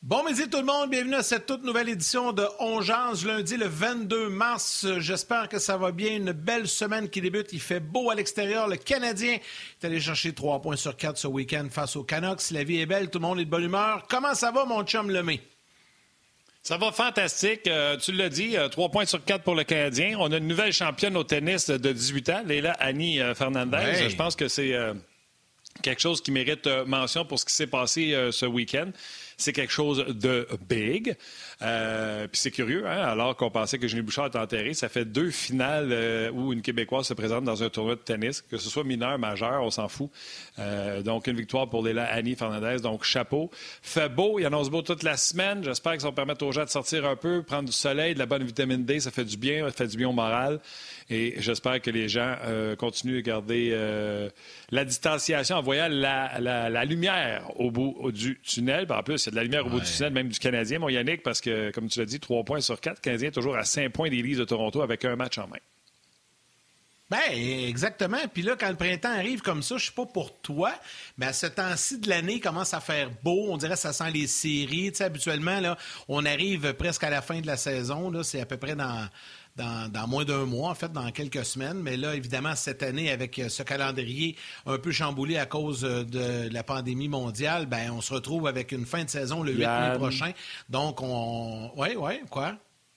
Bon midi tout le monde, bienvenue à cette toute nouvelle édition de On Jase, lundi le 22 mars. J'espère que ça va bien, une belle semaine qui débute. Il fait beau à l'extérieur. Le Canadien est allé chercher 3 points sur 4 ce week-end face aux Canucks. La vie est belle, tout le monde est de bonne humeur. Comment ça va mon chum Lemay? Ça va fantastique. Tu l'as dit, 3 points sur 4 pour le Canadien. On a une nouvelle championne au tennis de 18 ans, Leila Annie Fernandez. Ouais. Je pense que c'est quelque chose qui mérite mention pour ce qui s'est passé ce week-end. C'est quelque chose de big. Puis c'est curieux, hein? Alors qu'on pensait que Julie Bouchard était enterrée, ça fait 2 finales où une Québécoise se présente dans un tournoi de tennis, que ce soit mineur, majeur, on s'en fout. Donc, une victoire pour Leila Annie Fernandez. Donc, chapeau. Fait beau, il annonce beau toute la semaine. J'espère que ça va permettre aux gens de sortir un peu, prendre du soleil, de la bonne vitamine D. Ça fait du bien, ça fait du bien au moral. Et j'espère que les gens continuent de garder la distanciation en voyant la lumière au bout du tunnel. Puis en plus, il y a de la lumière au bout du tunnel, même du Canadien, mon Yannick, parce que, comme tu l'as dit, 3 points sur 4. Le Canadien est toujours à 5 points des Leafs de Toronto avec un match en main. Ben exactement. Puis là, quand le printemps arrive comme ça, je sais pas pour toi, mais à ce temps-ci de l'année, il commence à faire beau. On dirait que ça sent les séries. Tu sais, habituellement, là, on arrive presque à la fin de la saison. Là, c'est à peu près dans moins d'un mois, en fait, dans quelques semaines. Mais là, évidemment, cette année, avec ce calendrier un peu chamboulé à cause de la pandémie mondiale, ben on se retrouve avec une fin de saison le 8 mai prochain. Donc, Oui, quoi?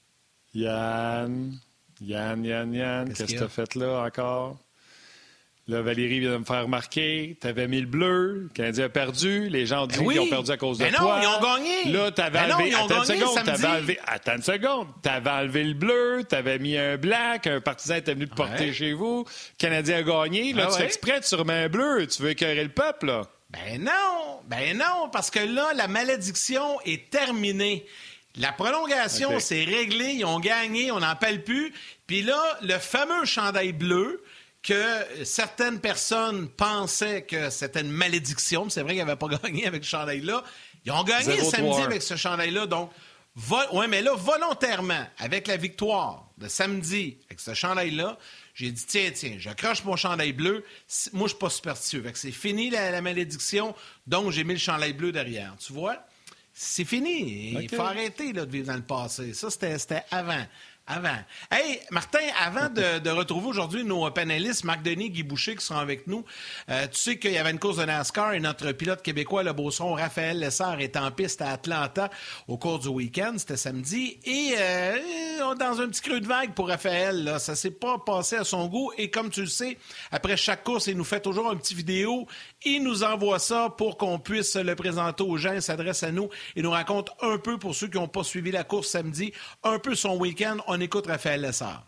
Yann, qu'est-ce que t'as fait là encore? Là, Valérie vient de me faire remarquer. T'avais mis le bleu. Le Canadien a perdu. Les gens ont dit qu'ils ont perdu à cause de toi. Non, ils ont gagné. Là, t'avais enlevé... Attends une seconde. T'avais enlevé le bleu. T'avais mis un black. Un partisan était venu te porter chez vous. Le Canadien a gagné. Là, tu fais exprès, tu remets un bleu. Tu veux écœurer le peuple, là. Ben non, parce que là, la malédiction est terminée. La prolongation, c'est réglé. Ils ont gagné. On n'en parle plus. Puis là, le fameux chandail bleu... que certaines personnes pensaient que c'était une malédiction. C'est vrai qu'ils n'avaient pas gagné avec ce chandail-là. Ils ont gagné samedi avec ce chandail-là. Donc, mais là, volontairement, avec la victoire de samedi, avec ce chandail-là, j'ai dit, tiens, j'accroche mon chandail bleu. Moi, je ne suis pas superstitieux. Fait que c'est fini la malédiction. Donc, j'ai mis le chandail bleu derrière. Tu vois? C'est fini. Il faut arrêter là, de vivre dans le passé. Ça, c'était avant. Hey, Martin, avant de retrouver aujourd'hui nos panélistes, Marc Denis, Guy Boucher qui sont avec nous, tu sais qu'il y avait une course de NASCAR et notre pilote québécois, le Beauceron, Raphaël Lessard, est en piste à Atlanta au cours du week-end, c'était samedi, et dans un petit creux de vague pour Raphaël, là, ça s'est pas passé à son goût, et comme tu le sais, après chaque course, il nous fait toujours un petit vidéo, il nous envoie ça pour qu'on puisse le présenter aux gens, il s'adresse à nous, et nous raconte un peu, pour ceux qui n'ont pas suivi la course samedi, un peu son week-end. On écoute Raphaël Lessard.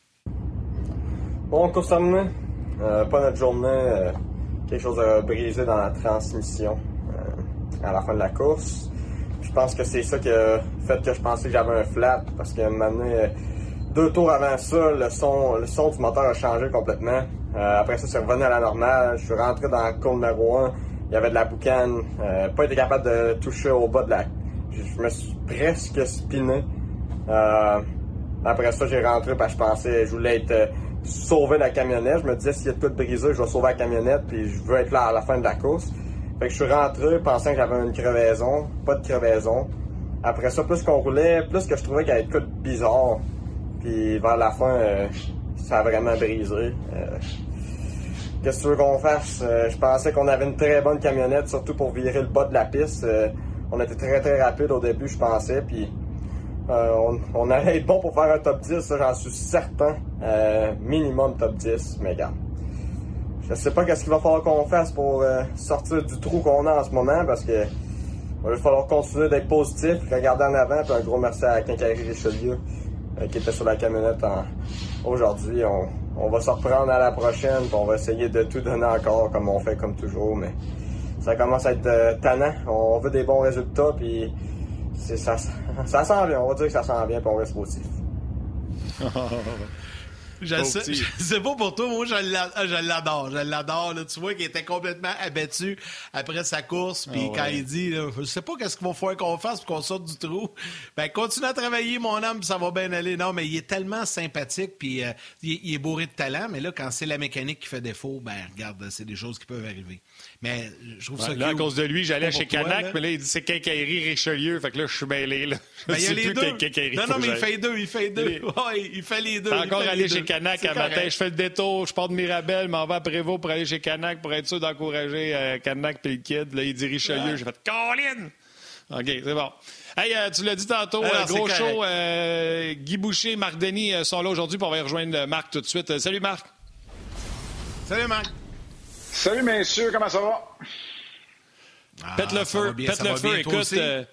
Bon, course terminée. Pas notre journée. Quelque chose a brisé dans la transmission à la fin de la course. Je pense que c'est ça qui a fait que je pensais que j'avais un flat. Parce que maintenant, 2 tours avant ça, le son du moteur a changé complètement. Après ça, c'est revenu à la normale. Je suis rentré dans la cour numéro 1. Il y avait de la boucane. Pas été capable de toucher au bas de la... Je me suis presque spiné. Après ça, j'ai rentré parce que je voulais être sauver la camionnette. Je me disais, s'il y a de quoi de brisé, je vais sauver la camionnette, puis je veux être là à la fin de la course. Fait que je suis rentré pensant que j'avais une crevaison. Pas de crevaison. Après ça, plus qu'on roulait, plus que je trouvais qu'il y avait de quoi de bizarre. Puis vers la fin, ça a vraiment brisé. Qu'est-ce que tu veux qu'on fasse? Je pensais qu'on avait une très bonne camionnette, surtout pour virer le bas de la piste. On était très, très rapide au début, je pensais, puis... on allait être bon pour faire un top 10, ça j'en suis certain. Minimum top 10, mais regarde. Je sais pas qu'est-ce qu'il va falloir qu'on fasse pour sortir du trou qu'on a en ce moment, parce que il va falloir continuer d'être positif, regarder en avant, puis un gros merci à Quincaillerie Richelieu qui était sur la camionnette aujourd'hui. On va se reprendre à la prochaine, puis on va essayer de tout donner encore comme on fait comme toujours, mais ça commence à être tannant. On veut des bons résultats, puis ça s'en vient, on va dire que ça s'en vient, puis on reste positif. Je sais pas pour toi, moi, je l'adore. Je l'adore. Là. Tu vois qu'il était complètement abattu après sa course. Puis quand il dit, là, je sais pas qu'est-ce qu'il va falloir qu'on fasse pour qu'on sorte du trou. Ben, continue à travailler, mon homme, puis ça va bien aller. Non, mais il est tellement sympathique, puis il est bourré de talent. Mais là, quand c'est la mécanique qui fait défaut, ben, regarde, c'est des choses qui peuvent arriver. Mais je trouve ça là, à cause de lui, j'allais chez Canac, toi, mais là, il dit c'est Quincaillerie Richelieu. Fait que là, je suis mêlé. Là. Ben, il y a les deux. Non, mais il fait deux. Ouais, il fait les deux. Encore aller chez Canac à matin. Je fais le détour, je pars de Mirabel, m'en vais à Prévost pour aller chez Canac pour être sûr d'encourager Canac et le kid. Là, il dit Richelieu. Ouais. J'ai fait Colin! OK, c'est bon. Hey, tu l'as dit tantôt, gros show. Guy Boucher, Marc Denis sont là aujourd'hui pour aller rejoindre Marc tout de suite. Salut, Marc. Salut, Marc. Salut, messieurs, comment ça va? Pète le feu, écoute.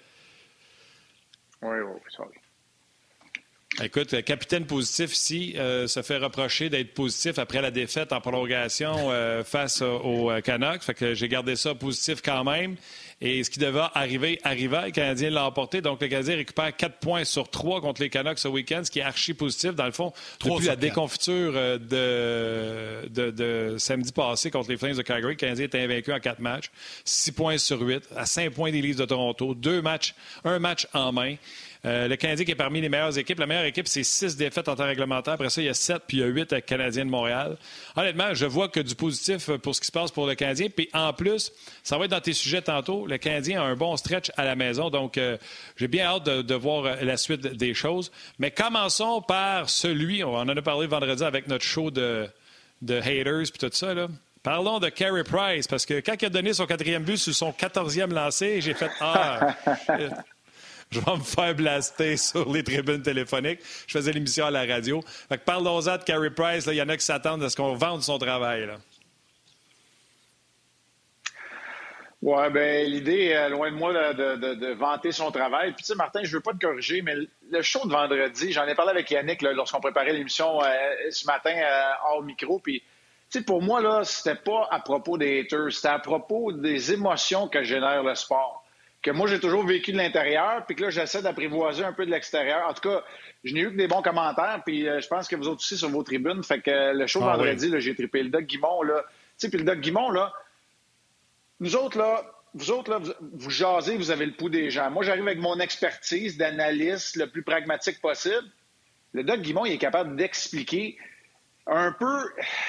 Oui, ça va. Écoute, capitaine positif ici se fait reprocher d'être positif après la défaite en prolongation face aux Canucks. Fait que j'ai gardé ça positif quand même. Et ce qui devait arriver, arriva. Le Canadien l'a emporté. Donc, le Canadien récupère 4 points sur 3 contre les Canucks ce week-end, ce qui est archi positif. Dans le fond, depuis la déconfiture de samedi passé contre les Flames de Calgary, le Canadien est invaincu en 4 matchs. 6 points sur 8, à 5 points des Leafs de Toronto. 1 match en main. Le Canadien qui est parmi les meilleures équipes. La meilleure équipe, c'est 6 défaites en temps réglementaire. Après ça, il y a 7, puis il y a 8 avec Canadiens de Montréal. Honnêtement, je vois que du positif pour ce qui se passe pour le Canadien. Puis en plus, ça va être dans tes sujets tantôt. Le Canadien a un bon stretch à la maison. Donc, j'ai bien hâte de voir la suite des choses. Mais commençons par celui, on en a parlé vendredi avec notre show de haters puis tout ça, là. Parlons de Carey Price, parce que quand il a donné son 4e but sur son 14e lancé, j'ai fait « Ah! » Je vais me faire blaster sur les tribunes téléphoniques. Je faisais l'émission à la radio. Fait que parlons-en de Carey Price. Il y en a qui s'attendent à ce qu'on vende son travail. Là. Oui, bien, l'idée, loin de moi, de vanter son travail. Puis, tu sais, Martin, je ne veux pas te corriger, mais le show de vendredi, j'en ai parlé avec Yannick là, lorsqu'on préparait l'émission ce matin hors micro. Puis, tu sais, pour moi, là, c'était pas à propos des haters, c'était à propos des émotions que génère le sport. Que moi, j'ai toujours vécu de l'intérieur, puis que là, j'essaie d'apprivoiser un peu de l'extérieur. En tout cas, je n'ai eu que des bons commentaires, puis je pense que vous autres aussi sur vos tribunes. Fait que le show de vendredi, là, j'ai trippé. Le Doug Guimond, là, tu sais, puis le Doug Guimond, là, vous autres, là, vous jasez, vous avez le pouls des gens. Moi, j'arrive avec mon expertise d'analyste le plus pragmatique possible. Le Doug Guimond, il est capable d'expliquer un peu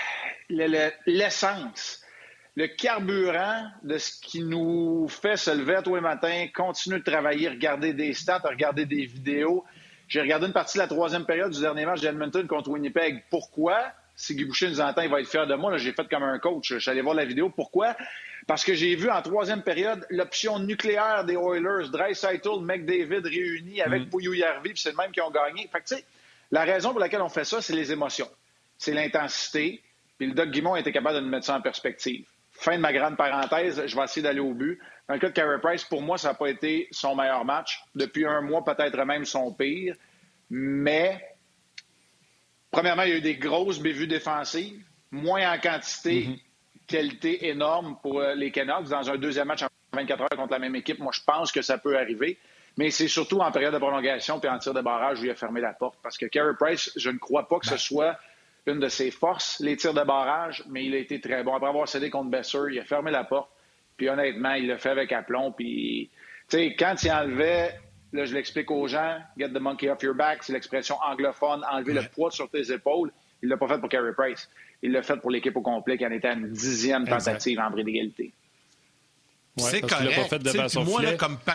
l'essence. Le carburant de ce qui nous fait se lever tous les matins, continuer de travailler, regarder des stats, regarder des vidéos. J'ai regardé une partie de la 3e période du dernier match d'Edmonton contre Winnipeg. Pourquoi? Si Guy Boucher nous entend, il va être fier de moi. Là, j'ai fait comme un coach. Je suis allé voir la vidéo. Pourquoi? Parce que j'ai vu en 3e période l'option nucléaire des Oilers, Draisaitl, McDavid réunis avec Puyujarvi, puis c'est le même qui ont gagné. Fait que, tu sais, la raison pour laquelle on fait ça, c'est les émotions. C'est l'intensité. Puis le Doug Guimond était capable de nous mettre ça en perspective. Fin de ma grande parenthèse, je vais essayer d'aller au but. Dans le cas de Carey Price, pour moi, ça n'a pas été son meilleur match. Depuis un mois, peut-être même son pire. Mais, premièrement, il y a eu des grosses bévues défensives, moins en quantité, qualité énorme pour les Canucks. Dans un 2e match en 24 heures contre la même équipe, moi, je pense que ça peut arriver. Mais c'est surtout en période de prolongation puis en tir de barrage où il a fermé la porte. Parce que Carey Price, je ne crois pas que ce soit une de ses forces, les tirs de barrage, mais il a été très bon. Après avoir cédé contre Besser, il a fermé la porte. Puis honnêtement, il l'a fait avec aplomb. Puis, tu sais, quand il enlevait, là, je l'explique aux gens, « get the monkey off your back », c'est l'expression anglophone, enlever le poids sur tes épaules. Il l'a pas fait pour Carey Price. Il l'a fait pour l'équipe au complet qui en était à une 10e tentative en bris d'égalité. Ouais, c'est correct. Il l'a pas fait devant son filet. Là, comme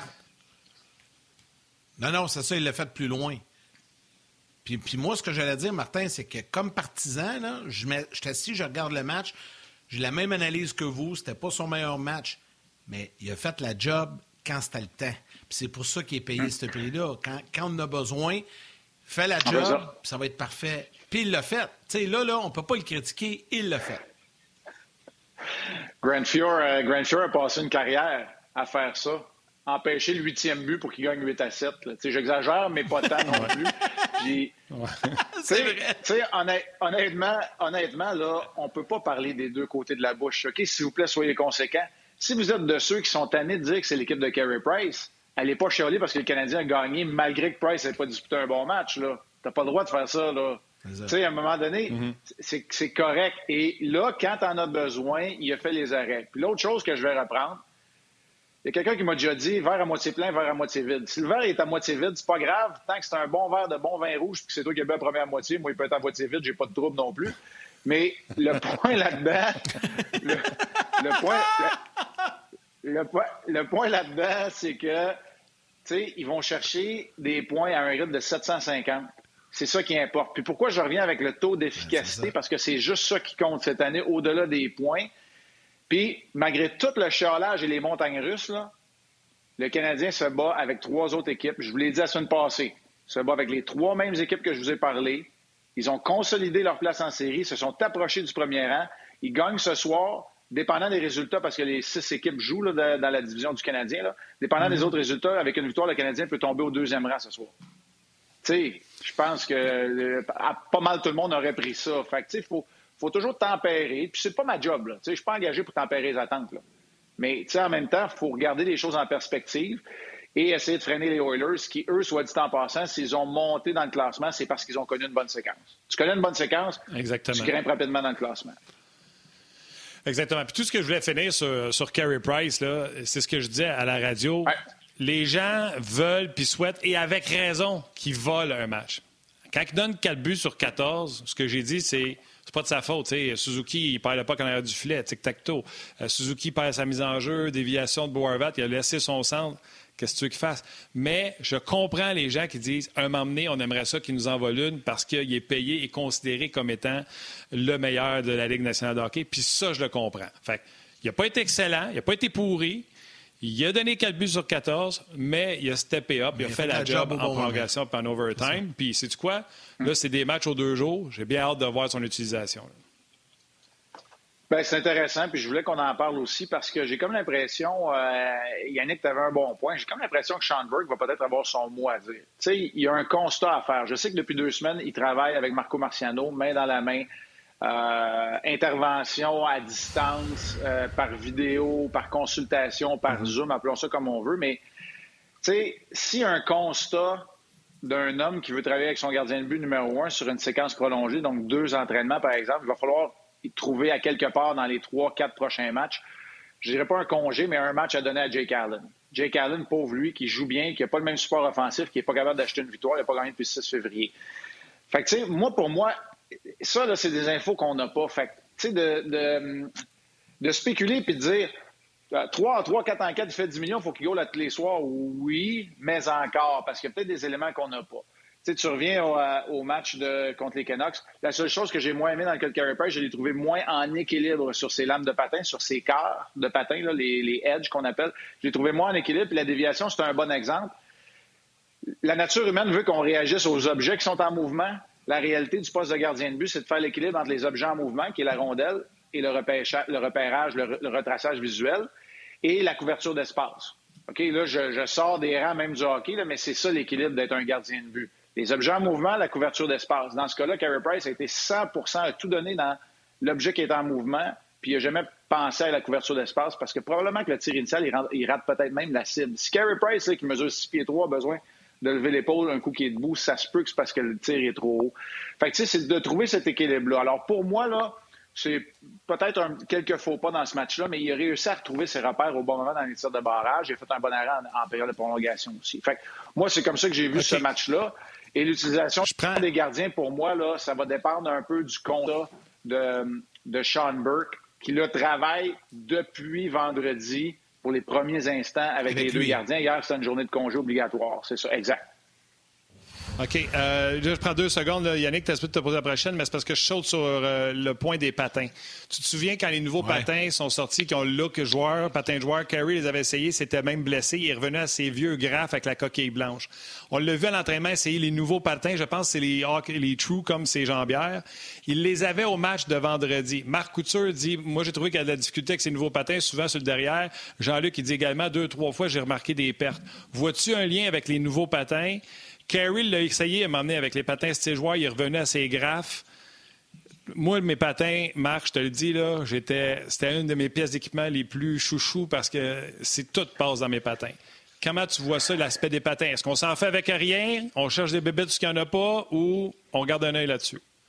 Non, c'est ça, il l'a fait plus loin. Puis moi, ce que j'allais dire, Martin, c'est que comme partisan, là, je suis assis, je regarde le match, j'ai la même analyse que vous, c'était pas son meilleur match, mais il a fait la job quand c'était le temps. Puis c'est pour ça qu'il est payé ce prix-là. Quand on en a besoin, fait la job, puis ça va être parfait. Puis il l'a fait. Tu sais, là, on peut pas le critiquer, il l'a fait. Grant Fuhr a passé une carrière à faire ça. Empêcher le 8e but pour qu'il gagne 8-7. J'exagère, mais pas tant non plus. Puis, c'est vrai. Honnêtement, là, on ne peut pas parler des deux côtés de la bouche. OK? S'il vous plaît, soyez conséquents. Si vous êtes de ceux qui sont tannés de dire que c'est l'équipe de Carey Price, allez pas chialer parce que le Canadien a gagné malgré que Price n'ait pas disputé un bon match. Tu n'as pas le droit de faire ça. Là. Tu sais, à un moment donné, c'est correct. Et là, quand tu en as besoin, il a fait les arrêts. Puis l'autre chose que je vais reprendre, il y a quelqu'un qui m'a déjà dit verre à moitié plein, verre à moitié vide. Si le verre est à moitié vide, c'est pas grave, tant que c'est un bon verre de bon vin rouge puis que c'est toi qui as bu la première moitié, moi, il peut être à moitié vide, j'ai pas de trouble non plus. Mais le point là-dedans, le point là-dedans, c'est que, tu sais, ils vont chercher des points à un rythme de 750. C'est ça qui importe. Puis pourquoi je reviens avec le taux d'efficacité? Parce que c'est juste ça qui compte cette année, au-delà des points. Puis, malgré tout le chialage et les montagnes russes, là, le Canadien se bat avec 3 autres équipes. Je vous l'ai dit la semaine passée. Il se bat avec les 3 mêmes équipes que je vous ai parlé. Ils ont consolidé leur place en série, se sont approchés du premier rang. Ils gagnent ce soir, dépendant des résultats, parce que les 6 équipes jouent là, dans la division du Canadien. Là. Dépendant des autres résultats, avec une victoire, le Canadien peut tomber au 2e rang ce soir. Tu sais, je pense que pas mal tout le monde aurait pris ça. Fait que, tu sais, faut toujours tempérer. Puis c'est pas ma job, là. Tu sais, je suis pas engagé pour tempérer les attentes, là. Mais, tu sais, en même temps, il faut regarder les choses en perspective et essayer de freiner les Oilers qui, eux, soit dit en passant, s'ils ont monté dans le classement, c'est parce qu'ils ont connu une bonne séquence. Tu connais une bonne séquence, exactement, tu grimpes rapidement dans le classement. Exactement. Puis tout ce que je voulais finir sur Carey Price, là, c'est ce que je disais à la radio. Ouais. Les gens veulent puis souhaitent, et avec raison, qu'ils volent un match. Quand ils donnent 4 buts sur 14, ce que j'ai dit, c'est pas de sa faute. T'sais. Suzuki, il perd le puck en arrière du filet, tic-tac-toe. Suzuki perd sa mise en jeu, déviation de Boervat, il a laissé son centre. Qu'est-ce que tu veux qu'il fasse? Mais je comprends les gens qui disent, un moment donné, on aimerait ça qu'il nous en vole une parce qu'il est payé et considéré comme étant le meilleur de la Ligue nationale de hockey. Puis ça, je le comprends. Fait il n'a pas été excellent, il n'a pas été pourri. Il a donné 4 buts sur 14, mais il a steppé up, il a fait la job en prolongation et en overtime. Puis, sais-tu quoi? Là, c'est des matchs aux 2 jours. J'ai bien hâte de voir son utilisation. Bien, c'est intéressant, puis je voulais qu'on en parle aussi parce que j'ai comme l'impression, Yannick, tu avais un bon point, j'ai comme l'impression que Sean Burke va peut-être avoir son mot à dire. Tu sais, il y a un constat à faire. Je sais que depuis 2 semaines, il travaille avec Marco Marciano, main dans la main. Intervention à distance, par vidéo, par consultation, par Zoom, appelons ça comme on veut. Mais, tu sais, si un constat d'un homme qui veut travailler avec son gardien de but numéro 1 sur une séquence prolongée, donc 2 entraînements, par exemple, il va falloir y trouver à quelque part dans les 3-4 prochains matchs, je dirais pas un congé, mais un match à donner à Jake Allen. Jake Allen, pauvre lui, qui joue bien, qui n'a pas le même support offensif, qui n'est pas capable d'acheter une victoire, il n'a pas gagné depuis le 6 février. Fait que, tu sais, pour moi, ça, là, c'est des infos qu'on n'a pas. Fait tu sais, de spéculer puis de dire 3 en 4 en 4, il fait 10 millions, il faut qu'il goal à tous les soirs. Oui, mais encore, parce qu'il y a peut-être des éléments qu'on n'a pas. Tu sais, tu reviens au match contre les Canucks. La seule chose que j'ai moins aimé dans le cas de Carey Price, je l'ai trouvé moins en équilibre sur ses lames de patin, sur ses cœurs de patin, là, les edges qu'on appelle. Je l'ai trouvé moins en équilibre. Puis la déviation, c'est un bon exemple. La nature humaine veut qu'on réagisse aux objets qui sont en mouvement. La réalité du poste de gardien de but, c'est de faire l'équilibre entre les objets en mouvement, qui est la rondelle, et le repérage, le retraçage visuel, et la couverture d'espace. OK, là, je sors des rangs même du hockey, là, mais c'est ça l'équilibre d'être un gardien de but. Les objets en mouvement, la couverture d'espace. Dans ce cas-là, Carey Price a été 100% à tout donné dans l'objet qui est en mouvement, puis il n'a jamais pensé à la couverture d'espace, parce que probablement que le tir initial, il rate peut-être même la cible. Si Carey Price, là, qui mesure 6 pieds 3, a besoin de lever l'épaule un coup qui est debout, ça se peut que c'est parce que le tir est trop haut. Fait que, tu sais, c'est de trouver cet équilibre-là. Alors, pour moi, là, c'est peut-être quelques faux pas dans ce match-là, mais il a réussi à retrouver ses repères au bon moment dans les tirs de barrage. Il a fait un bon arrêt en période de prolongation aussi. Fait que, moi, c'est comme ça que j'ai vu ce match-là. Et l'utilisation des gardiens, pour moi, là, ça va dépendre un peu du constat de Sean Burke, qui, là, travaille depuis vendredi pour les premiers instants avec les 2 gardiens. Hier, c'était une journée de congé obligatoire. C'est ça, exact. OK. Là, je prends 2 secondes. Là. Yannick, tu as te poser la prochaine, mais c'est parce que je saute sur le point des patins. Tu te souviens quand les nouveaux patins sont sortis, qui ont le look joueur, patin de joueur, Carey les avait essayés, s'était même blessé. Il est revenu à ses vieux graphes avec la coquille blanche. On l'a vu à l'entraînement essayer les nouveaux patins. Je pense que c'est les True comme ses jambières. Il les avait au match de vendredi. Marc Couture dit, moi, j'ai trouvé qu'il y a de la difficulté avec ces nouveaux patins, souvent sur le derrière. Jean-Luc, il dit également 2-3 fois, j'ai remarqué des pertes. Vois-tu un lien avec les nouveaux patins? Carey l'a essayé à m'emmener avec les patins style joueur. Il est revenu à ses graphes. Moi, mes patins, Marc, je te le dis, là, c'était une de mes pièces d'équipement les plus chouchous parce que tout passe dans mes patins. Comment tu vois ça, l'aspect des patins? Est-ce qu'on s'en fait avec rien? On cherche des bébés de ce qu'il n'y en a pas ou on garde un œil là-dessus?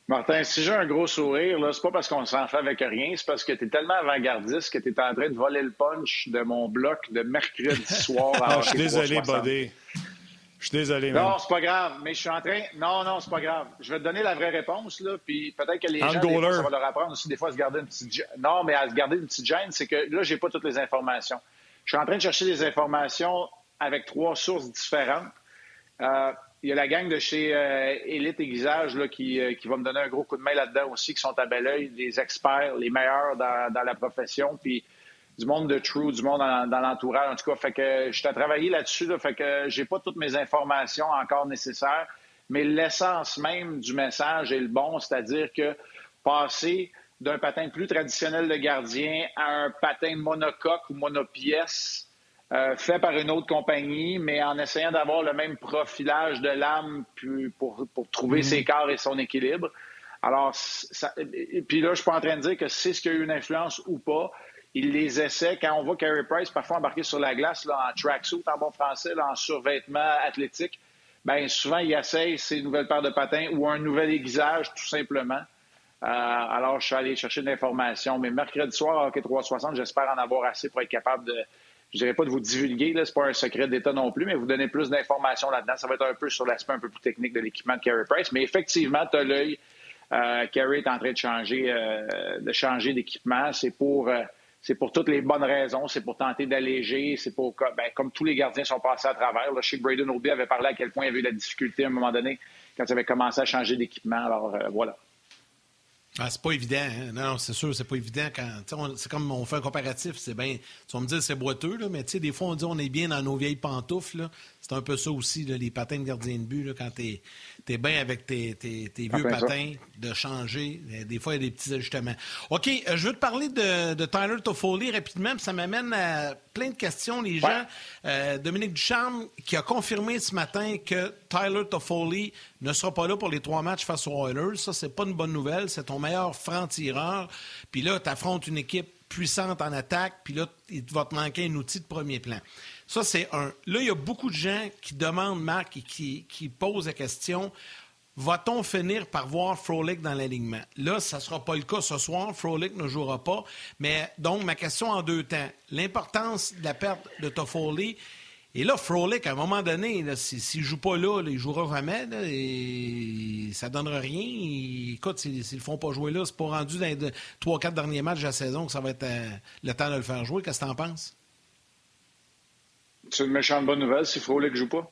Martin, si j'ai un gros sourire, là, c'est pas parce qu'on s'en fait avec rien, c'est parce que tu es tellement avant-gardiste que tu es en train de voler le punch de mon bloc de mercredi soir. Je suis désolé, Buddy. Je suis désolé, man. Non, c'est pas grave, mais je suis en train... Non, c'est pas grave. Je vais te donner la vraie réponse, là, puis peut-être que les gens, des fois, ça va leur apprendre aussi, des fois, à se garder une petite... Non, mais à se garder une petite gêne, c'est que là, j'ai pas toutes les informations. Je suis en train de chercher des informations avec 3 sources différentes. Il y a la gang de chez Élite Aiguisage là, qui va me donner un gros coup de main là-dedans aussi, qui sont à bel oeil, les experts, les meilleurs dans la profession, puis du monde de True, du monde dans l'entourage, en tout cas. Fait que je t'ai travaillé là-dessus, là, fait que j'ai pas toutes mes informations encore nécessaires, mais l'essence même du message est le bon, c'est-à-dire que passer d'un patin plus traditionnel de gardien à un patin monocoque ou monopièce, fait par une autre compagnie, mais en essayant d'avoir le même profilage de lame pour trouver ses quarts et son équilibre. Alors, puis là, je suis pas en train de dire que c'est ce qui a eu une influence ou pas. Il les essaie. Quand on voit Carey Price parfois embarquer sur la glace là, en tracksuit, en bon français, là, en survêtement athlétique, bien souvent, il essaye ses nouvelles paires de patins ou un nouvel aiguisage, tout simplement. Alors, je suis allé chercher de l'information. Mais mercredi soir, à Hockey 360, j'espère en avoir assez pour être capable de... Je dirais pas de vous divulguer, là, c'est pas un secret d'État non plus, mais vous donner plus d'informations là-dedans. Ça va être un peu sur l'aspect un peu plus technique de l'équipement de Carey Price. Mais effectivement, tu as l'œil. Carey est en train de changer d'équipement. C'est pour toutes les bonnes raisons. C'est pour tenter d'alléger. C'est pour, comme tous les gardiens sont passés à travers. Là, je sais que Braden Oldby avait parlé à quel point il y avait eu de la difficulté à un moment donné quand il avait commencé à changer d'équipement. Alors, voilà. Ah, c'est pas évident, hein? Non, c'est sûr, c'est pas évident quand. C'est comme on fait un comparatif, c'est bien. Tu vas me dire c'est boiteux, là, mais des fois on dit on est bien dans nos vieilles pantoufles. Là. C'est un peu ça aussi, là, les patins de gardien de but, là, quand t'es bien avec tes vieux patins, de changer. Des fois, il y a des petits ajustements. OK, je veux te parler de Tyler Toffoli rapidement, puis ça m'amène à plein de questions, les gens. Dominique Ducharme, qui a confirmé ce matin que Tyler Toffoli ne sera pas là pour les 3 matchs face aux Oilers. Ça, c'est pas une bonne nouvelle. C'est ton meilleur franc-tireur. Puis là, tu affrontes une équipe puissante en attaque, puis là, il va te manquer un outil de premier plan. Ça, c'est un. Là, il y a beaucoup de gens qui demandent, Marc, et qui posent la question, va-t-on finir par voir Frolik dans l'alignement? Là, ça ne sera pas le cas ce soir. Frolik ne jouera pas. Mais donc, ma question en 2 temps. L'importance de la perte de Toffoli. Et là, Frolik, à un moment donné, s'il ne joue pas là, il ne jouera jamais. Là, et ça ne donnera rien. Écoute, s'ils ne le font pas jouer là, c'est pas rendu dans les 3-4 derniers matchs de la saison que ça va être le temps de le faire jouer. Qu'est-ce que tu en penses? C'est une méchante bonne nouvelle si Frolik ne joue pas.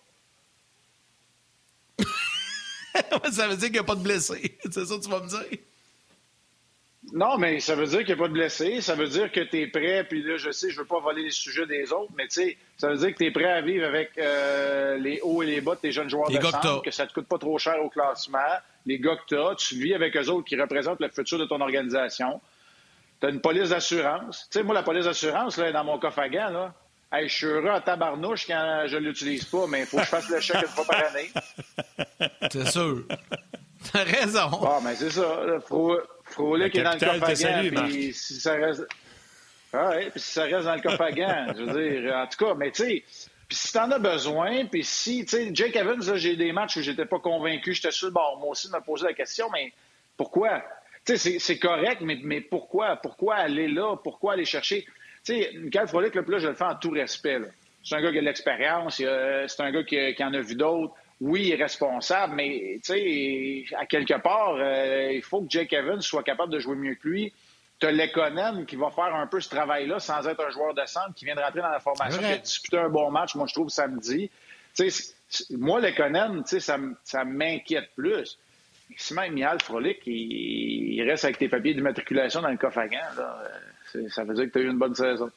Ça veut dire qu'il n'y a pas de blessés. C'est ça que tu vas me dire? Non, mais ça veut dire qu'il n'y a pas de blessés. Ça veut dire que tu es prêt. Puis là, je sais, je ne veux pas voler les sujets des autres, mais tu sais, ça veut dire que tu es prêt à vivre avec les hauts et les bas de tes jeunes joueurs de centre, que ça ne te coûte pas trop cher au classement. Les gars que tu as, tu vis avec eux autres qui représentent le futur de ton organisation. Tu as une police d'assurance. Tu sais, moi, la police d'assurance, là, dans mon coffre à gants, là, hey, je suis heureux à tabarnouche quand je ne l'utilise pas, mais il faut que je fasse le chèque 1 fois par année. C'est sûr. T'as raison. Ah, mais c'est ça. Frolik est dans le coffre à gants, puis si ça reste... puis si ça reste dans le coffre à gants, je veux dire, en tout cas, mais tu sais, puis si t'en as besoin, puis si, tu sais, Jake Evans, là, j'ai des matchs où j'étais pas convaincu, j'étais sur le bord, moi aussi, de me poser la question, mais pourquoi? Tu sais, c'est correct, mais pourquoi? Pourquoi aller là? Pourquoi aller chercher? Tu sais, Michael Frolik, là, je le fais en tout respect, là. C'est un gars qui a de l'expérience, c'est un gars qui en a vu d'autres. Oui, il est responsable, mais tu sais, à quelque part, il faut que Jake Evans soit capable de jouer mieux que lui. Tu as Lekonen qui va faire un peu ce travail-là sans être un joueur de centre, qui vient de rentrer dans la formation, qui a disputé un bon match, moi, je trouve, samedi. Tu sais, moi, Lekonen, tu sais, ça m'inquiète plus. Si même Michael Frolik, il reste avec tes papiers d'immatriculation dans le coffre à gants, là, ça veut dire que tu as eu une bonne saison.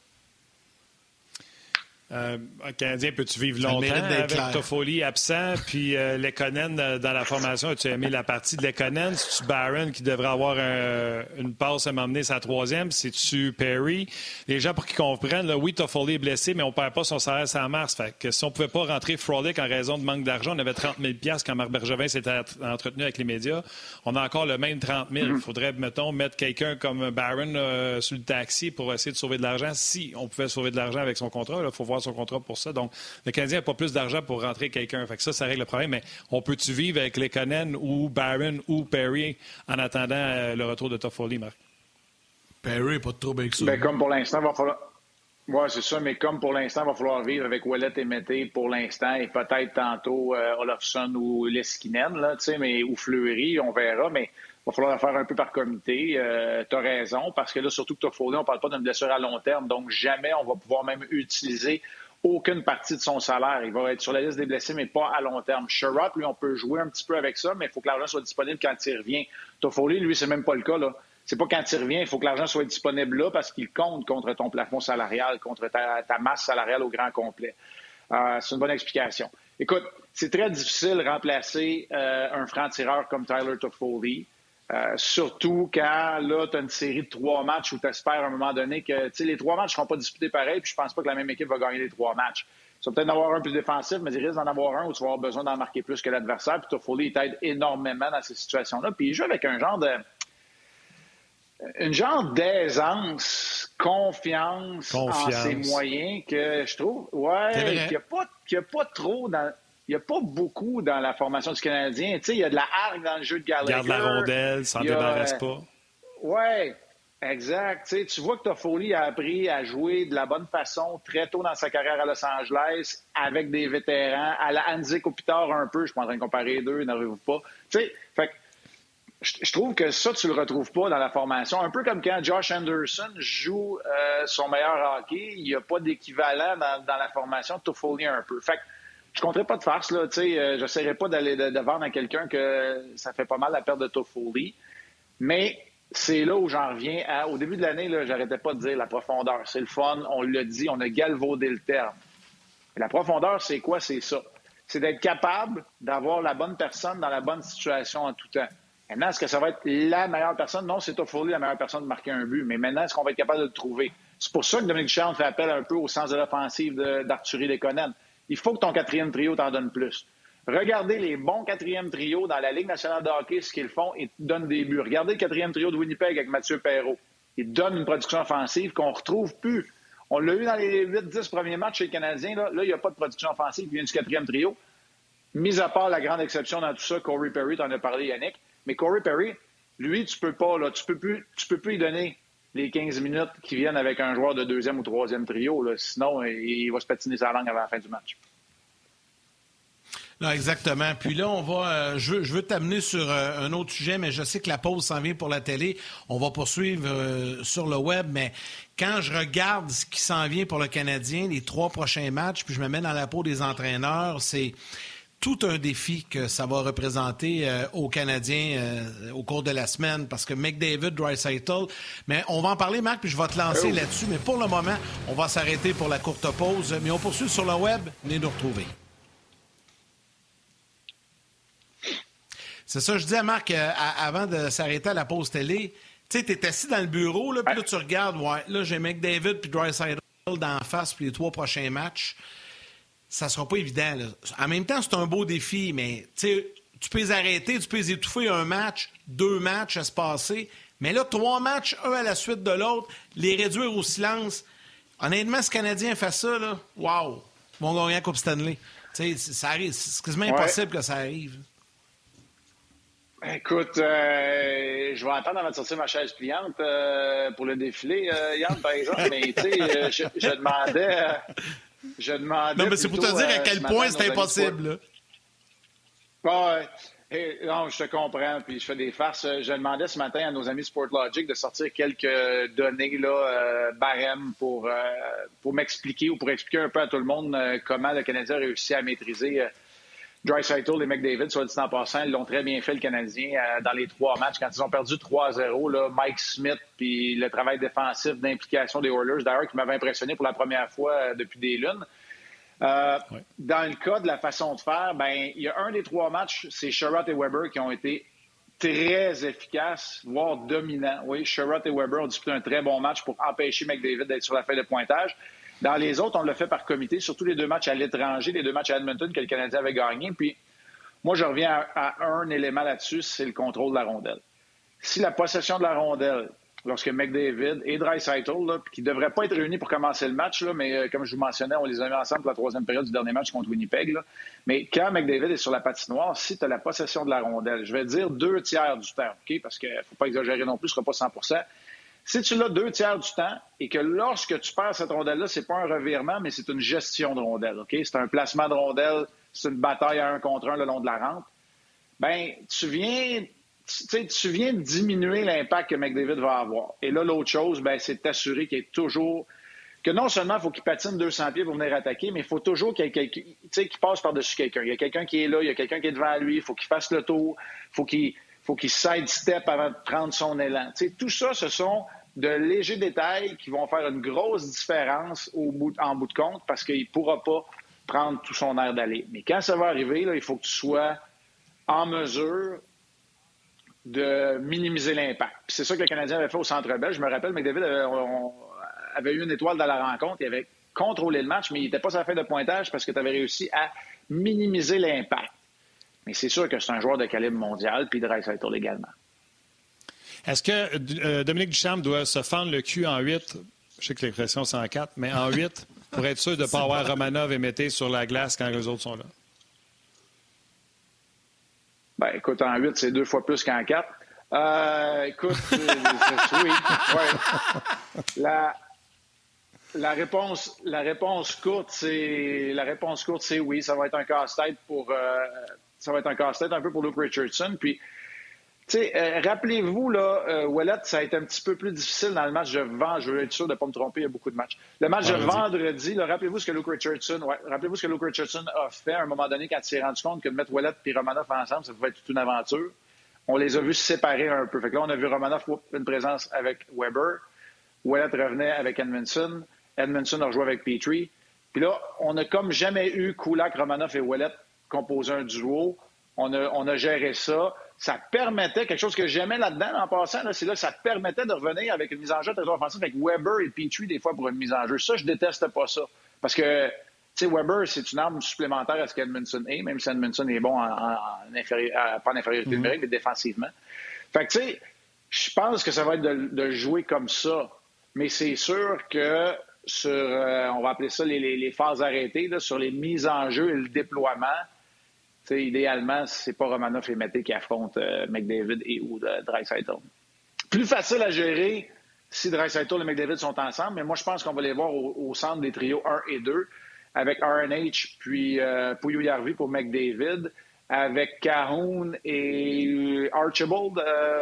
Un Canadien, peux-tu vivre longtemps avec Toffoli absent? Puis Lekonen dans la formation, as-tu aimé la partie de Lekonen? C'est-tu Barron qui devrait avoir une passe à m'emmener sa 3e? C'est-tu Perry? Les gens, pour qu'ils comprennent, là, oui, Toffoli est blessé, mais on ne perd pas son salaire en mars. Fait que si on ne pouvait pas rentrer Frolik en raison de manque d'argent, on avait 30 000 $ quand Marc Bergevin s'était entretenu avec les médias. On a encore le même 30 000. Il faudrait, mettons, mettre quelqu'un comme Barron sur le taxi pour essayer de sauver de l'argent. Si on pouvait sauver de l'argent avec son contrat, il faut voir revoir son contrat pour ça. Donc, le Canadien n'a pas plus d'argent pour rentrer quelqu'un. Fait que ça règle le problème. Mais on peut-tu vivre avec Lekonen ou Barron ou Perry en attendant le retour de Toffoli, Marc? Perry, pas de trouble avec ça. Ben, comme pour l'instant, il va falloir... Oui, c'est ça, mais comme pour l'instant, il va falloir vivre avec Ouellet et Mété pour l'instant, et peut-être tantôt Olofsson ou Leskinen, là, ou Fleury, on verra, mais il va falloir le faire un peu par comité. Tu as raison, parce que là, surtout que Toffoli, on ne parle pas d'une blessure à long terme, donc jamais on va pouvoir même utiliser aucune partie de son salaire. Il va être sur la liste des blessés, mais pas à long terme. Sherrod, lui, on peut jouer un petit peu avec ça, mais il faut que l'argent soit disponible quand il revient. Toffoli, lui, c'est même pas le cas, là. C'est pas quand il revient, il faut que l'argent soit disponible là parce qu'il compte contre ton plafond salarial, contre ta masse salariale au grand complet. C'est une bonne explication. Écoute, c'est très difficile de remplacer un franc-tireur comme Tyler Toffoli, surtout quand, là, tu as une série de 3 matchs où tu espères à un moment donné que les 3 matchs ne seront pas disputés pareil, puis je pense pas que la même équipe va gagner les 3 matchs. Tu vas peut-être en avoir un plus défensif, mais il risque d'en avoir un où tu vas avoir besoin d'en marquer plus que l'adversaire, puis Toffoli, il t'aide énormément dans ces situations-là. Puis il joue avec un genre d'aisance, confiance en ses moyens que je trouve, qu'il n'y a pas trop dans... Il n'y a pas beaucoup dans la formation du Canadien. Tu sais, il y a de la hargne dans le jeu de Gallagher. Garde la rondelle, s'en débarrasse pas. Oui, exact. Tu vois que Toffoli a appris à jouer de la bonne façon très tôt dans sa carrière à Los Angeles avec des vétérans, à la Andy Kopitar un peu. Je suis pas en train de comparer les deux, n'arrivez-vous pas. Tu sais, fait que je trouve que ça, tu le retrouves pas dans la formation. Un peu comme quand Josh Anderson joue son meilleur hockey, il n'y a pas d'équivalent dans la formation de Toffoli un peu. Fait que je ne compterais pas de farce, là. Je n'essaierai pas d'aller de vendre à quelqu'un que ça fait pas mal la perte de Toffoli. Mais c'est là où j'en reviens au début de l'année, là, j'arrêtais pas de dire la profondeur. C'est le fun, on l'a dit, on a galvaudé le terme. Et la profondeur, c'est quoi? C'est ça. C'est d'être capable d'avoir la bonne personne dans la bonne situation en tout temps. Maintenant, est-ce que ça va être la meilleure personne? Non, c'est Toffoli la meilleure personne de marquer un but. Mais maintenant, est-ce qu'on va être capable de le trouver? C'est pour ça que Dominique Ducharme fait appel un peu au sens de l'offensive d'Arthurie Lekonen. Il faut que ton quatrième trio t'en donne plus. Regardez les bons quatrièmes trios dans la Ligue nationale de hockey, ce qu'ils font, ils te donnent des buts. Regardez le quatrième trio de Winnipeg avec Mathieu Perreault. Ils donnent une production offensive qu'on ne retrouve plus. On l'a eu dans les 8-10 premiers matchs chez les Canadiens. Là, il n'y a pas de production offensive qui vient du quatrième trio. Mis à part la grande exception dans tout ça, Corey Perry, tu en as parlé, Yannick. Mais Corey Perry, lui, tu peux pas, là, tu peux plus lui donner les 15 minutes qui viennent avec un joueur de deuxième ou troisième trio. Là. Sinon, il va se patiner sa langue avant la fin du match. Non, exactement. Puis là, on va. Je veux t'amener sur un autre sujet, mais je sais que la pause s'en vient pour la télé. On va poursuivre sur le web, mais quand je regarde ce qui s'en vient pour le Canadien, les 3 prochains matchs, puis je me mets dans la peau des entraîneurs, c'est tout un défi que ça va représenter aux Canadiens au cours de la semaine, parce que McDavid, Draisaitl, mais on va en parler, Marc, puis je vais te lancer là-dessus, mais pour le moment, on va s'arrêter pour la courte pause, mais on poursuit sur le web, venez nous retrouver. C'est ça, je disais à Marc, avant de s'arrêter à la pause télé, tu sais, t'es assis dans le bureau, là, puis là, tu regardes, là, j'ai McDavid puis Draisaitl d'en face pour les 3 prochains matchs. Ça sera pas évident, là. En même temps, c'est un beau défi, mais tu peux les arrêter, tu peux les étouffer un match, 2 matchs à se passer, mais là, 3 matchs, un à la suite de l'autre, les réduire au silence. Honnêtement, ce Canadien fait ça, là, wow! Ils vont gagner la Coupe Stanley. Tu sais, ça arrive, c'est quasiment impossible que ça arrive. Écoute, je vais attendre avant de sortir ma chaise pliante pour le défilé, Yann, par exemple, mais tu sais, je demandais... Non, mais c'est pour te dire à quel point c'est impossible. Non, je te comprends, puis je fais des farces. Je demandais ce matin à nos amis Sportlogic de sortir quelques données là, barèmes pour m'expliquer ou pour expliquer un peu à tout le monde comment le Canadien a réussi à maîtriser Draisaitl et McDavid. Soit dit en passant, ils l'ont très bien fait, le Canadien, dans les 3 matchs. Quand ils ont perdu 3-0, là, Mike Smith, puis le travail défensif d'implication des Oilers, d'ailleurs, qui m'avait impressionné pour la première fois depuis des lunes. Dans le cas de la façon de faire, ben il y a un des 3 matchs, c'est Sherrod et Weber qui ont été très efficaces, voire dominants. Oui, Sherrod et Weber ont disputé un très bon match pour empêcher McDavid d'être sur la feuille de pointage. Dans les autres, on l'a fait par comité, surtout les 2 matchs à l'étranger, les 2 matchs à Edmonton que le Canadien avait gagné. Puis, moi, je reviens à un élément là-dessus, c'est le contrôle de la rondelle. Si la possession de la rondelle lorsque McDavid et Draisaitl, qui ne devraient pas être réunis pour commencer le match, là, mais comme je vous mentionnais, on les a mis ensemble pour la troisième période du dernier match contre Winnipeg. Là. Mais quand McDavid est sur la patinoire, si tu as la possession de la rondelle, je vais dire 2/3 du temps, OK? Parce qu'il ne faut pas exagérer non plus, ce ne sera pas 100%. Si tu l'as 2/3 du temps et que lorsque tu perds cette rondelle-là, c'est pas un revirement, mais c'est une gestion de rondelle, OK? C'est un placement de rondelle, c'est une bataille à 1 contre 1 le long de la rampe. Ben, tu viens de diminuer l'impact que McDavid va avoir. Et là, l'autre chose, ben, c'est de t'assurer qu'il est toujours... que non seulement il faut qu'il patine 200 pieds pour venir attaquer, mais il faut toujours qu'il y ait quelqu'un qui passe par-dessus quelqu'un. Il y a quelqu'un qui est là, il y a quelqu'un qui est devant lui, il faut qu'il fasse le tour, il faut qu'il sidestep avant de prendre son élan. T'sais, tout ça, ce sont de légers détails qui vont faire une grosse différence en bout de compte parce qu'il ne pourra pas prendre tout son air d'aller. Mais quand ça va arriver, là, il faut que tu sois en mesure de minimiser l'impact. Puis c'est ça que le Canadien avait fait au Centre Bell. Je me rappelle, McDavid avait eu une étoile dans la rencontre. Il avait contrôlé le match, mais il n'était pas sur la feuille de pointage parce que tu avais réussi à minimiser l'impact. Mais c'est sûr que c'est un joueur de calibre mondial, puis Draisaitl également. Est-ce que Dominique Ducharme doit se fendre le cul en 8? Je sais que l'expression c'est en 4, mais en 8, pour être sûr de ne pas avoir Romanov et Mété sur la glace quand les autres sont là? Ben, écoute, en 8, c'est 2 fois plus qu'en 4. Écoute, oui. Ouais. La réponse courte, c'est oui. Ça va être un casse-tête un peu pour Luke Richardson. Puis, tu sais, rappelez-vous, là, Ouellet, ça a été un petit peu plus difficile dans le match de vendredi. Je veux être sûr de ne pas me tromper, il y a beaucoup de matchs. Le match de vendredi, là, rappelez-vous ce que Luke Richardson a fait à un moment donné quand il s'est rendu compte que de mettre Ouellet et Romanov ensemble, ça pouvait être toute une aventure. On les a vus se séparer un peu. Fait que là, on a vu Romanov une présence avec Weber. Ouellet revenait avec Edmondson. Edmondson a rejoué avec Petrie. Puis là, on n'a comme jamais eu Kulak, Romanov et Ouellet composer un duo. On a géré ça. Ça permettait, quelque chose que j'aimais là-dedans en passant, là, c'est là que ça permettait de revenir avec une mise en jeu très offensive avec Weber et Petrie des fois pour une mise en jeu. Ça, je déteste pas ça. Parce que, tu sais, Weber, c'est une arme supplémentaire à ce qu'Edmondson est, même si Edmondson est bon pas en infériorité numérique, mais défensivement. Fait que, tu sais, je pense que ça va être de jouer comme ça. Mais c'est sûr que sur, on va appeler ça les phases arrêtées, là, sur les mises en jeu et le déploiement, t'sais, idéalement, c'est pas Romanov et Mété qui affrontent McDavid ou Draisaitl. Plus facile à gérer si Draisaitl et McDavid sont ensemble, mais moi, je pense qu'on va les voir au centre des trios 1 et 2, avec RNH puis Puyujarvi pour McDavid, avec Cahoon et Archibald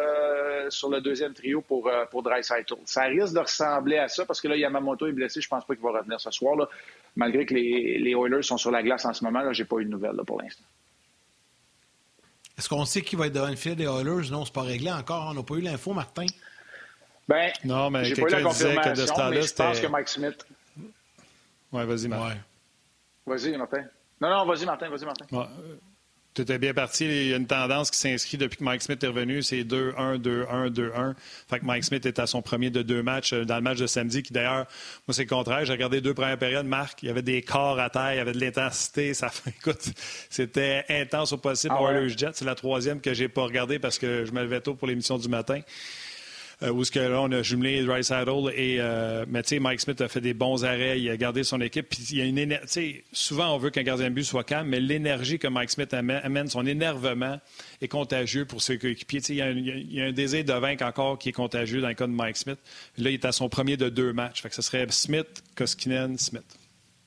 sur le deuxième trio pour Draisaitl. Ça risque de ressembler à ça, parce que là, Yamamoto est blessé, je pense pas qu'il va revenir ce soir, là. Malgré que les Oilers sont sur la glace en ce moment, là, j'ai pas eu de nouvelles là, pour l'instant. Est-ce qu'on sait qui va être devant le filet des Oilers? Non, c'est pas réglé encore. On n'a pas eu l'info, Martin. Ben, non, mais j'ai pas eu la confirmation, que de ce temps-là, mais je pense que Mike Smith... Oui, vas-y, Martin. Ouais. Vas-y, Martin. Non, vas-y, Martin. Ouais. Tu étais bien parti. Il y a une tendance qui s'inscrit depuis que Mike Smith est revenu. C'est 2-1, 2-1, 2-1. Fait que Mike Smith est à son premier de 2 matchs dans le match de samedi, qui d'ailleurs, moi, c'est le contraire. J'ai regardé 2 premières périodes. Marc, il y avait des corps à terre, il y avait de l'intensité. Écoute, c'était intense au possible. Oilers Jet, c'est la 3e que j'ai pas regardée parce que je me levais tôt pour l'émission du matin. Où est-ce que là, on a jumelé Draisaitl mais tu sais, Mike Smith a fait des bons arrêts, il a gardé son équipe. Puis il y a une énergie. Tu sais, souvent on veut qu'un gardien de but soit calme, mais l'énergie que Mike Smith amène, son énervement est contagieux pour ses coéquipiers. Tu sais, il y a un désir de vaincre encore qui est contagieux dans le cas de Mike Smith. Là, il est à son premier de 2 matchs. Fait que ce serait Smith, Koskinen, Smith.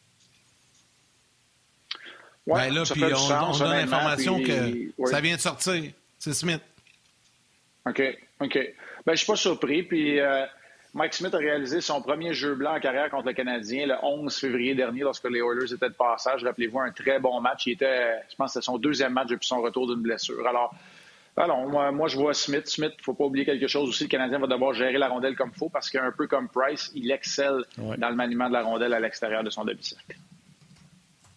Ouais, là, puis on donne l'information que ça vient de sortir. C'est Smith. OK. Ben, je suis pas surpris. Puis Mike Smith a réalisé son premier jeu blanc en carrière contre le Canadien le 11 février dernier lorsque les Oilers étaient de passage. Rappelez-vous, un très bon match. Je pense que c'était son 2e match depuis son retour d'une blessure. Alors moi, je vois Smith. Smith, il ne faut pas oublier quelque chose aussi. Le Canadien va devoir gérer la rondelle comme il faut parce qu'un peu comme Price, il excelle dans le maniement de la rondelle à l'extérieur de son demi-cercle.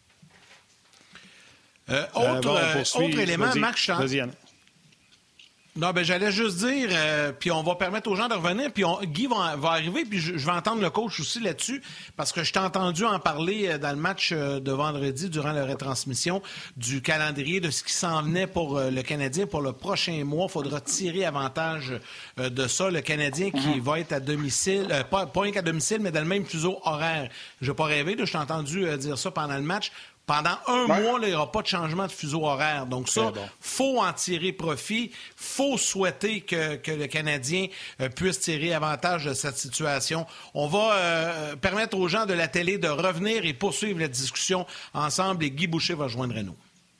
Autre élément, Marc Chandler. Vas-y, Yann. Non, ben j'allais juste dire, puis on va permettre aux gens de revenir, puis Guy va arriver, puis je vais entendre le coach aussi là-dessus, parce que je t'ai entendu en parler dans le match de vendredi, durant la retransmission, du calendrier, de ce qui s'en venait pour le Canadien pour le prochain mois. Il faudra tirer avantage de ça. Le Canadien qui va être à domicile, pas rien qu'à domicile, mais dans le même fuseau horaire. Je n'ai pas rêvé, là, je t'ai entendu dire ça pendant le match. Pendant un mois, là, il n'y aura pas de changement de fuseau horaire. Donc ça, faut en tirer profit. Faut souhaiter que le Canadien puisse tirer avantage de cette situation. On va permettre aux gens de la télé de revenir et poursuivre la discussion ensemble. Et Guy Boucher va joindre nous.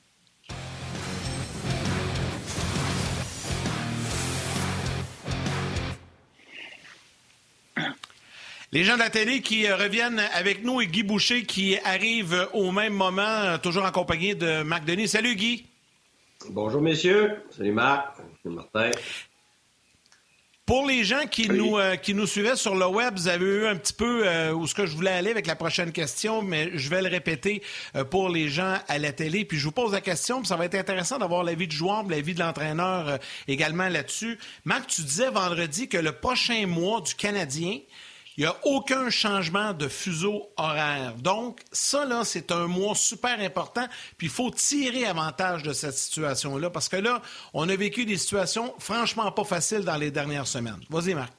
Les gens de la télé qui reviennent avec nous et Guy Boucher qui arrive au même moment, toujours en compagnie de Marc Denis. Salut Guy. Bonjour messieurs. Salut Marc. Salut Martin. Pour les gens qui nous suivaient sur le web, vous avez eu un petit peu où ce que je voulais aller avec la prochaine question, mais je vais le répéter pour les gens à la télé. Puis je vous pose la question, puis ça va être intéressant d'avoir l'avis du joueur, l'avis de l'entraîneur également là-dessus. Marc, tu disais vendredi que le prochain mois du Canadien, il n'y a aucun changement de fuseau horaire. Donc, ça, là, c'est un mois super important. Puis, il faut tirer avantage de cette situation-là. Parce que là, on a vécu des situations franchement pas faciles dans les dernières semaines. Vas-y, Marc.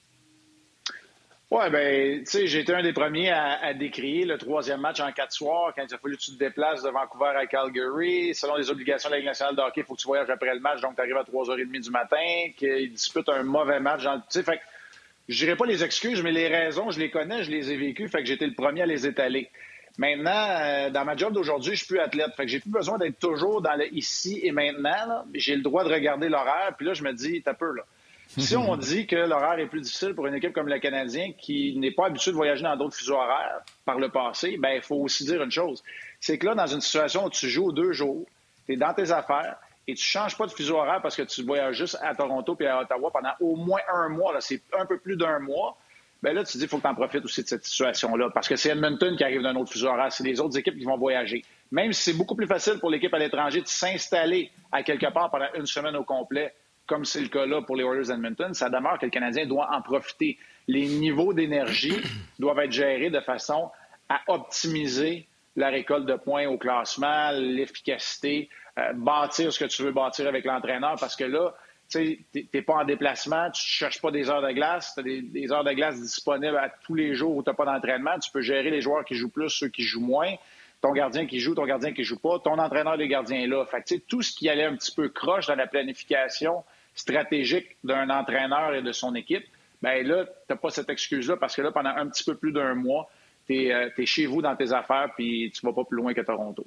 Oui, bien, tu sais, j'ai été un des premiers à décrier le troisième match en 4 soirs quand il a fallu que tu te déplaces de Vancouver à Calgary. Selon les obligations de la Ligue nationale de hockey, il faut que tu voyages après le match. Donc, tu arrives à 3h30 du matin, qu'il dispute un mauvais match. Tu sais, fait que je dirais pas les excuses, mais les raisons, je les connais, je les ai vécues, fait que j'étais le premier à les étaler. Maintenant, dans ma job d'aujourd'hui, je suis plus athlète, fait que j'ai plus besoin d'être toujours dans le ici et maintenant. Là. J'ai le droit de regarder l'horaire, puis là, je me dis, t'as peu, là. Si on dit que l'horaire est plus difficile pour une équipe comme le Canadien qui n'est pas habituée de voyager dans d'autres fuseaux horaires par le passé, ben il faut aussi dire une chose. C'est que là, dans une situation où tu joues 2 jours, tu es dans tes affaires, et tu ne changes pas de fuseau horaire parce que tu voyages juste à Toronto puis à Ottawa pendant au moins un mois, là, c'est un peu plus d'un mois, bien là, tu te dis qu'il faut que tu en profites aussi de cette situation-là parce que c'est Edmonton qui arrive d'un autre fuseau horaire, c'est les autres équipes qui vont voyager. Même si c'est beaucoup plus facile pour l'équipe à l'étranger de s'installer à quelque part pendant une semaine au complet, comme c'est le cas là pour les Oilers d'Edmonton, ça demeure que le Canadien doit en profiter. Les niveaux d'énergie doivent être gérés de façon à optimiser la récolte de points au classement, l'efficacité, bâtir ce que tu veux bâtir avec l'entraîneur parce que là, tu sais, t'es pas en déplacement, tu cherches pas des heures de glace, tu as des heures de glace disponibles à tous les jours où tu n'as pas d'entraînement, tu peux gérer les joueurs qui jouent plus, ceux qui jouent moins, ton gardien qui joue, ton gardien qui joue pas, ton entraîneur des gardiens est là. Fait que, tu sais, tout ce qui allait un petit peu croche dans la planification stratégique d'un entraîneur et de son équipe, bien là, t'as pas cette excuse-là parce que là, pendant un petit peu plus d'un mois, t'es chez vous dans tes affaires puis tu vas pas plus loin que Toronto.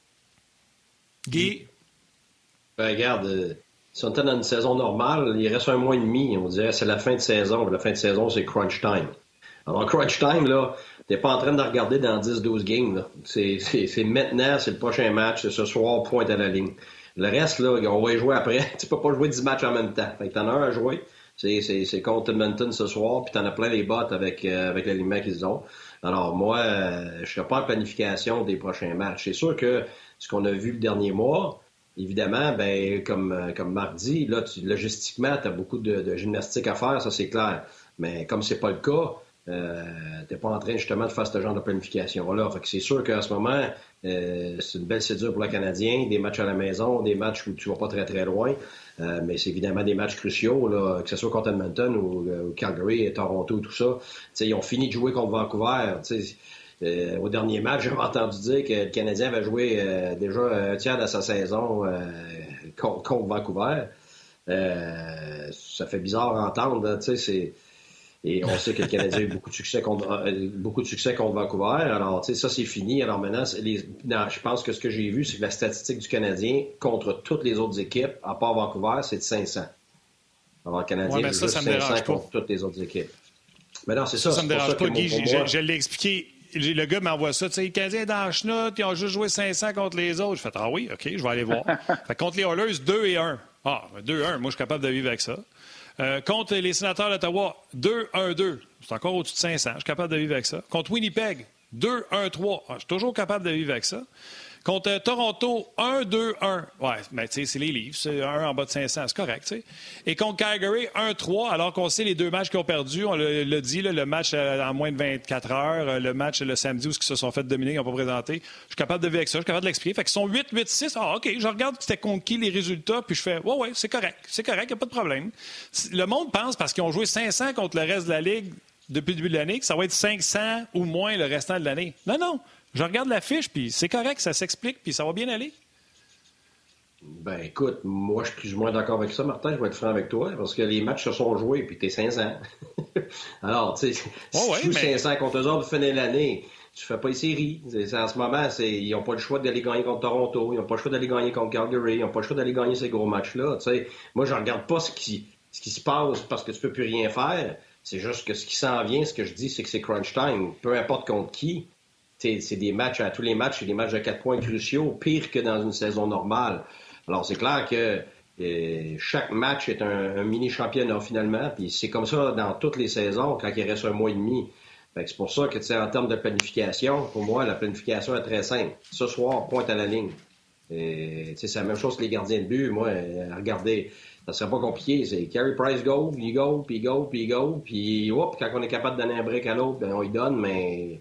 Guy? Ben, regarde, si on était dans une saison normale, il reste 1 mois et demi. On dirait c'est la fin de saison. La fin de saison, c'est crunch time. Alors, crunch time, là, t'es pas en train de regarder dans 10-12 games. Là. C'est maintenant, c'est le prochain match, c'est ce soir, pointe à la ligne. Le reste, là, on va y jouer après. Tu peux pas jouer 10 matchs en même temps. Fait que t'en as un à jouer. C'est contre Edmonton ce soir, puis t'en as plein les bottes avec l'alignement qu'ils ont. Alors, moi, je serais pas en planification des prochains matchs. C'est sûr que ce qu'on a vu le dernier mois, évidemment, ben comme Marc dit, là, logistiquement, tu as beaucoup de gymnastique à faire, ça c'est clair. Mais comme c'est pas le cas, t'es pas en train justement de faire ce genre de planification-là. Fait que c'est sûr qu'en ce moment, c'est une belle cédure pour le Canadien, des matchs à la maison, des matchs où tu vas pas très très loin. Mais c'est évidemment des matchs cruciaux, là, que ce soit contre Edmonton ou Calgary et Toronto, tout ça. T'sais, ils ont fini de jouer contre Vancouver. Au dernier match, j'avais entendu dire que le Canadien avait joué déjà un tiers de sa saison contre Vancouver. Ça fait bizarre à entendre. Et on sait que le Canadien a eu beaucoup de succès contre Vancouver. Alors, ça, c'est fini. Alors maintenant, je pense que ce que j'ai vu, c'est que la statistique du Canadien contre toutes les autres équipes, à part Vancouver, c'est de 500. Alors, le Canadien a juste 500 contre toutes les autres équipes. Mais non, c'est ça. Ça me dérange pas, Guy. Je l'ai expliqué. Le gars m'envoie ça. Tu sais, les Canadiens dans la chenoute, ils ont juste joué 500 contre les autres. Je fais, ah oui, OK, je vais aller voir. Fait, contre les Oilers, 2-1. Ah, 2-1, moi, je suis capable de vivre avec ça. Contre les Sénateurs d'Ottawa, 2-1-2. C'est encore au-dessus de 500. Je suis capable de vivre avec ça. Contre Winnipeg, 2-1-3. Ah, je suis toujours capable de vivre avec ça. Contre Toronto, 1-2-1. Ouais, mais tu sais, c'est les livres. C'est 1 en bas de 500. C'est correct, tu sais. Et contre Calgary, 1-3, alors qu'on sait les 2 matchs qu'ils ont perdus. On l'a dit, là, le match en moins de 24 heures, le match le samedi où ils se sont fait dominer, ils n'ont pas présenté. Je suis capable de vivre avec ça, je suis capable de l'expliquer. Fait qu'ils sont 8-8-6. Ah, OK, je regarde c'était contre qui les résultats, puis je fais, ouais, c'est correct, il n'y a pas de problème. Le monde pense, parce qu'ils ont joué 500 contre le reste de la Ligue depuis le début de l'année, que ça va être 500 ou moins le restant de l'année. Non. Je regarde la fiche, puis c'est correct, ça s'explique, puis ça va bien aller. Ben écoute, moi je suis plus ou moins d'accord avec ça, Martin, je vais être franc avec toi, parce que les matchs se sont joués, puis t'es 500. Alors, tu sais, si tu joues 500 contre eux autres, fin de l'année, tu fais pas les séries. En ce moment, ils n'ont pas le choix d'aller gagner contre Toronto, ils n'ont pas le choix d'aller gagner contre Calgary, ils n'ont pas le choix d'aller gagner ces gros matchs-là. Tu sais, moi, je regarde pas ce qui se passe parce que tu peux plus rien faire. C'est juste que ce qui s'en vient, ce que je dis, c'est que c'est crunch time. Peu importe contre qui. C'est des matchs, à tous les matchs, c'est des matchs de 4 points cruciaux, pire que dans une saison normale. Alors, c'est clair que chaque match est un mini-championnat, finalement. Puis c'est comme ça dans toutes les saisons, quand il reste un mois et demi. Fait que c'est pour ça que, en termes de planification, pour moi, la planification est très simple. Ce soir, pointe à la ligne. C'est la même chose que les gardiens de but. Moi, regardez, ça serait pas compliqué. C'est Carey Price go, il go, puis il go, puis il go. Puis, quand on est capable de donner un break à l'autre, ben, on y donne, mais...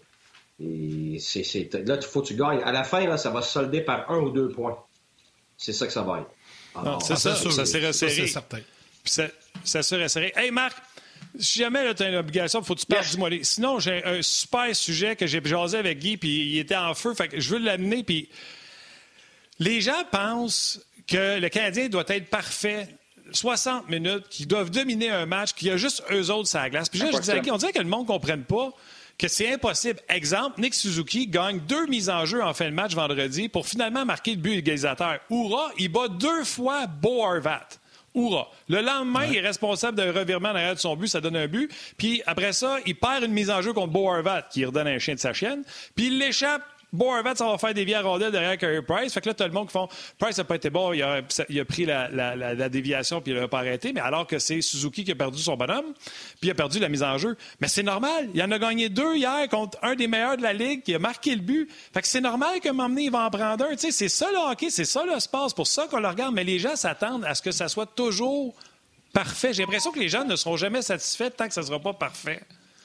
là, il faut que tu gagnes. À la fin, là, ça va se solder par 1 ou 2 points. C'est ça que ça va être. Alors, non, c'est ça s'est resserré. C'est certain. Puis ça s'est resserré. Hey, Marc, si jamais tu as une obligation, il faut que tu parles, dis-moi. Sinon, j'ai un super sujet que j'ai jasé avec Guy, puis il était en feu. Fait que je veux l'amener. Puis les gens pensent que le Canadien doit être parfait 60 minutes, qu'ils doivent dominer un match, qu'il y a juste eux autres sur la glace. Puis là, je disais à Guy, on dirait que le monde ne comprenne pas que c'est impossible. Exemple, Nick Suzuki gagne 2 mises en jeu en fin de match vendredi pour finalement marquer le but égalisateur. Oura, il bat 2 fois Bo Horvat. Oura. Le lendemain, il est responsable d'un revirement derrière de son but, ça donne un but. Puis après ça, il perd une mise en jeu contre Bo Horvat, qui redonne un chien de sa chienne. Puis il l'échappe. Bo Horvat, ça va faire des à rondelles derrière Carey Price. Fait que là, t'as le monde qui font Price n'a pas été bon, il a pris la déviation puis il n'a pas arrêté. Mais alors que c'est Suzuki qui a perdu son bonhomme, puis il a perdu la mise en jeu. Mais c'est normal. Il en a gagné 2 hier contre un des meilleurs de la Ligue qui a marqué le but. Fait que c'est normal qu'à un moment donné, il va en prendre un. Tu sais, c'est ça le hockey, c'est ça le sport. C'est pour ça qu'on le regarde. Mais les gens s'attendent à ce que ça soit toujours parfait. J'ai l'impression que les gens ne seront jamais satisfaits tant que ça ne sera pas parfait.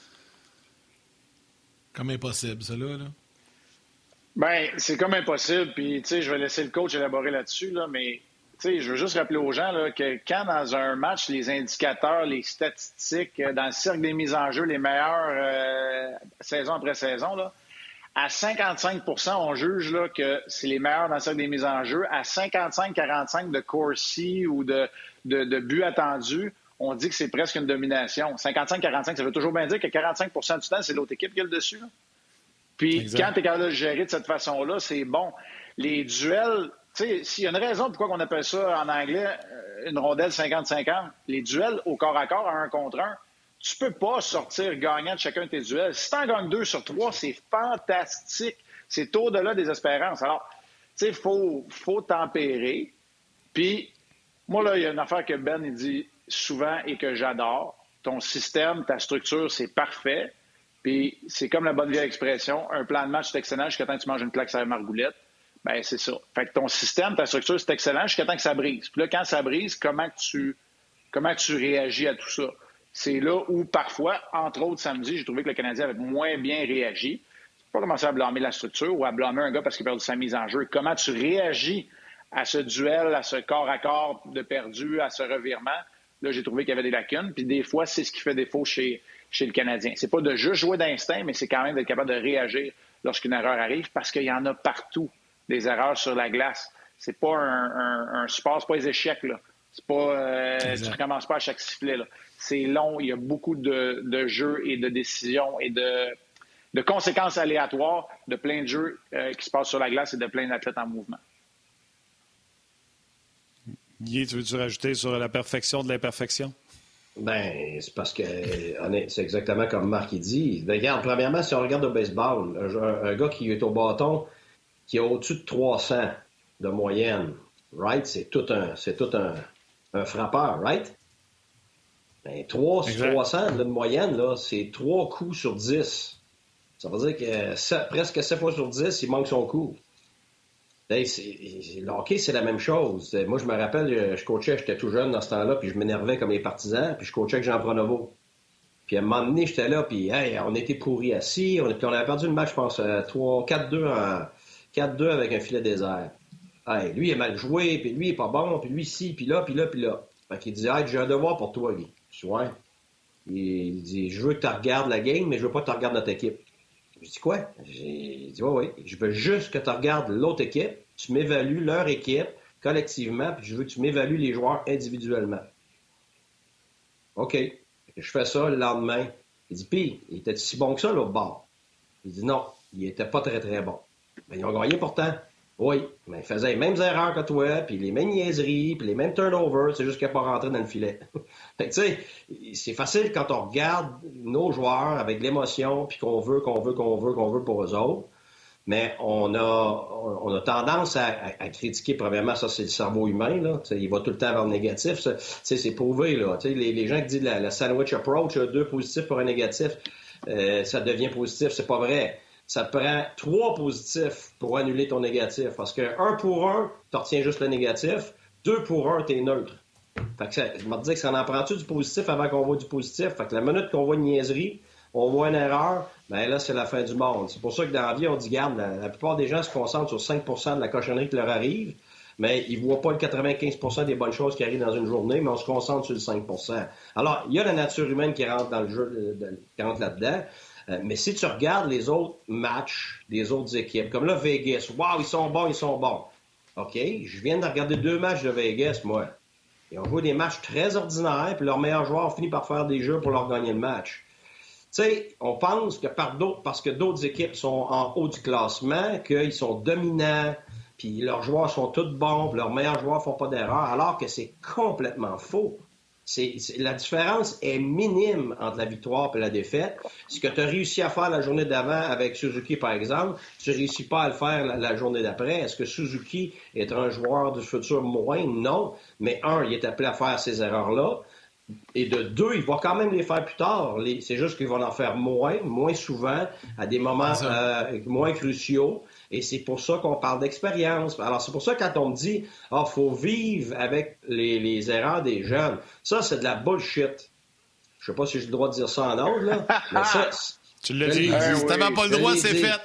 Comme impossible, ça, là. Ben, c'est comme impossible. Puis, tu sais, je vais laisser le coach élaborer là-dessus, là, mais, tu sais, je veux juste rappeler aux gens là, que quand dans un match, les indicateurs, les statistiques, dans le cercle des mises en jeu, les meilleures saison après saison, là, à 55 on juge là, que c'est les meilleurs dans le cercle des mises en jeu. À 55-45 de Corsi ou de buts attendus, on dit que c'est presque une domination. 55-45, ça veut toujours bien dire que 45 du temps, c'est l'autre équipe qui a le dessus, là. Puis, quand tu es capable de le gérer de cette façon-là, c'est bon. Les duels, tu sais, s'il y a une raison pourquoi on appelle ça en anglais une rondelle 50-50, les duels au corps à corps, à 1 contre 1, tu peux pas sortir gagnant de chacun de tes duels. Si tu en gagnes 2 sur 3, c'est fantastique. C'est au-delà des espérances. Alors, tu sais, faut tempérer. Puis, moi, là, il y a une affaire que Ben il dit souvent et que j'adore. Ton système, ta structure, c'est parfait. Puis c'est comme la bonne vieille expression, un plan de match, c'est excellent jusqu'à temps que tu manges une claque sur la margoulette. Bien, c'est ça. Fait que ton système, ta structure, c'est excellent jusqu'à temps que ça brise. Puis là, quand ça brise, comment tu réagis à tout ça? C'est là où, parfois, entre autres, samedi, j'ai trouvé que le Canadien avait moins bien réagi. Tu peux pas commencer à blâmer la structure ou à blâmer un gars parce qu'il a perdu sa mise en jeu. Comment tu réagis à ce duel, à ce corps-à-corps de perdu, à ce revirement? Là, j'ai trouvé qu'il y avait des lacunes. Puis des fois, c'est ce qui fait défaut chez le Canadien. C'est pas de juste jouer d'instinct, mais c'est quand même d'être capable de réagir lorsqu'une erreur arrive, parce qu'il y en a partout, des erreurs sur la glace. C'est pas un sport, c'est pas les échecs, là. C'est pas... tu recommences pas à chaque sifflet, là. C'est long, il y a beaucoup de jeux et de décisions et de conséquences aléatoires, de plein de jeux qui se passent sur la glace et de plein d'athlètes en mouvement. Guy, tu veux-tu rajouter sur la perfection de l'imperfection? Ben, c'est parce que c'est exactement comme Marc il dit. Regarde, premièrement, si on regarde au baseball, un gars qui est au bâton, qui a au-dessus de 300 de moyenne, right? C'est tout un frappeur, right? Ben, 300 de moyenne, là, c'est 3 coups sur 10. Ça veut dire que presque 7 fois sur 10, il manque son coup. Le hockey, c'est la même chose. Moi, je me rappelle, je coachais, j'étais tout jeune dans ce temps-là, puis je m'énervais comme les partisans, puis je coachais avec Jean Pronovo. Puis à un moment donné, j'étais là, puis on était pourris assis, puis on avait perdu le match, je pense, 4-2 avec un filet désert. Lui, il a mal joué, puis lui, il est pas bon, puis lui, ici, puis là, puis là, puis là. Fait qu'il dit, j'ai un devoir pour toi, Guy. Je dis, ouais. Il dit, je veux que tu regardes la game, mais je veux pas que tu regardes notre équipe. Je dis, quoi? J'ai dit, oui. Je veux juste que tu regardes l'autre équipe, tu m'évalues leur équipe collectivement, puis je veux que tu m'évalues les joueurs individuellement. OK. Je fais ça le lendemain. Il dit, puis, il était si bon que ça, l'autre bord? Il dit, non, il était pas très, très bon. Mais ils ont gagné pourtant. Oui, mais il faisait les mêmes erreurs que toi, puis les mêmes niaiseries, puis les mêmes turnovers, c'est juste qu'il n'a pas rentré dans le filet. Fait que, tu sais, c'est facile quand on regarde nos joueurs avec l'émotion, puis qu'on veut pour eux autres, mais on a tendance à critiquer, premièrement, ça c'est le cerveau humain, là, il va tout le temps vers le négatif, ça, c'est prouvé, là, les gens qui disent la sandwich approach, 2 positifs pour un négatif, ça devient positif, c'est pas vrai. Ça te prend 3 positifs pour annuler ton négatif. Parce que 1 pour 1, tu retiens juste le négatif. 2 pour 1, tu es neutre. Fait que je me dis que ça en prend-tu du positif avant qu'on voit du positif? Fait que la minute qu'on voit une niaiserie, on voit une erreur, ben là, c'est la fin du monde. C'est pour ça que dans la vie, on dit, garde, la plupart des gens se concentrent sur 5% de la cochonnerie qui leur arrive, mais ils ne voient pas le 95% des bonnes choses qui arrivent dans une journée, mais on se concentre sur le 5%. Alors, il y a la nature humaine qui rentre dans le jeu, qui rentre là-dedans. Mais si tu regardes les autres matchs des autres équipes, comme là, Vegas, wow, ils sont bons. OK, je viens de regarder 2 matchs de Vegas, moi. Ils ont joué des matchs très ordinaires, puis leurs meilleurs joueurs ont fini par faire des jeux pour leur gagner le match. Tu sais, on pense que parce que d'autres équipes sont en haut du classement, qu'ils sont dominants, puis leurs joueurs sont tous bons, puis leurs meilleurs joueurs font pas d'erreur, alors que c'est complètement faux. La différence est minime entre la victoire et la défaite. Ce que tu as réussi à faire la journée d'avant avec Suzuki, par exemple, tu ne réussis pas à le faire la journée d'après. Est-ce que Suzuki est un joueur du futur moins? Non. Mais il est appelé à faire ces erreurs-là. Et de 2, il va quand même les faire plus tard. C'est juste qu'il va en faire moins souvent, à des moments moins cruciaux. Et c'est pour ça qu'on parle d'expérience. Alors, c'est pour ça que quand on me dit « faut vivre avec les erreurs des jeunes », ça, c'est de la bullshit. Je sais pas si j'ai le droit de dire ça en ordre, là. Mais ça, tu l'as dit. Si t'avais pas le droit, c'est fait.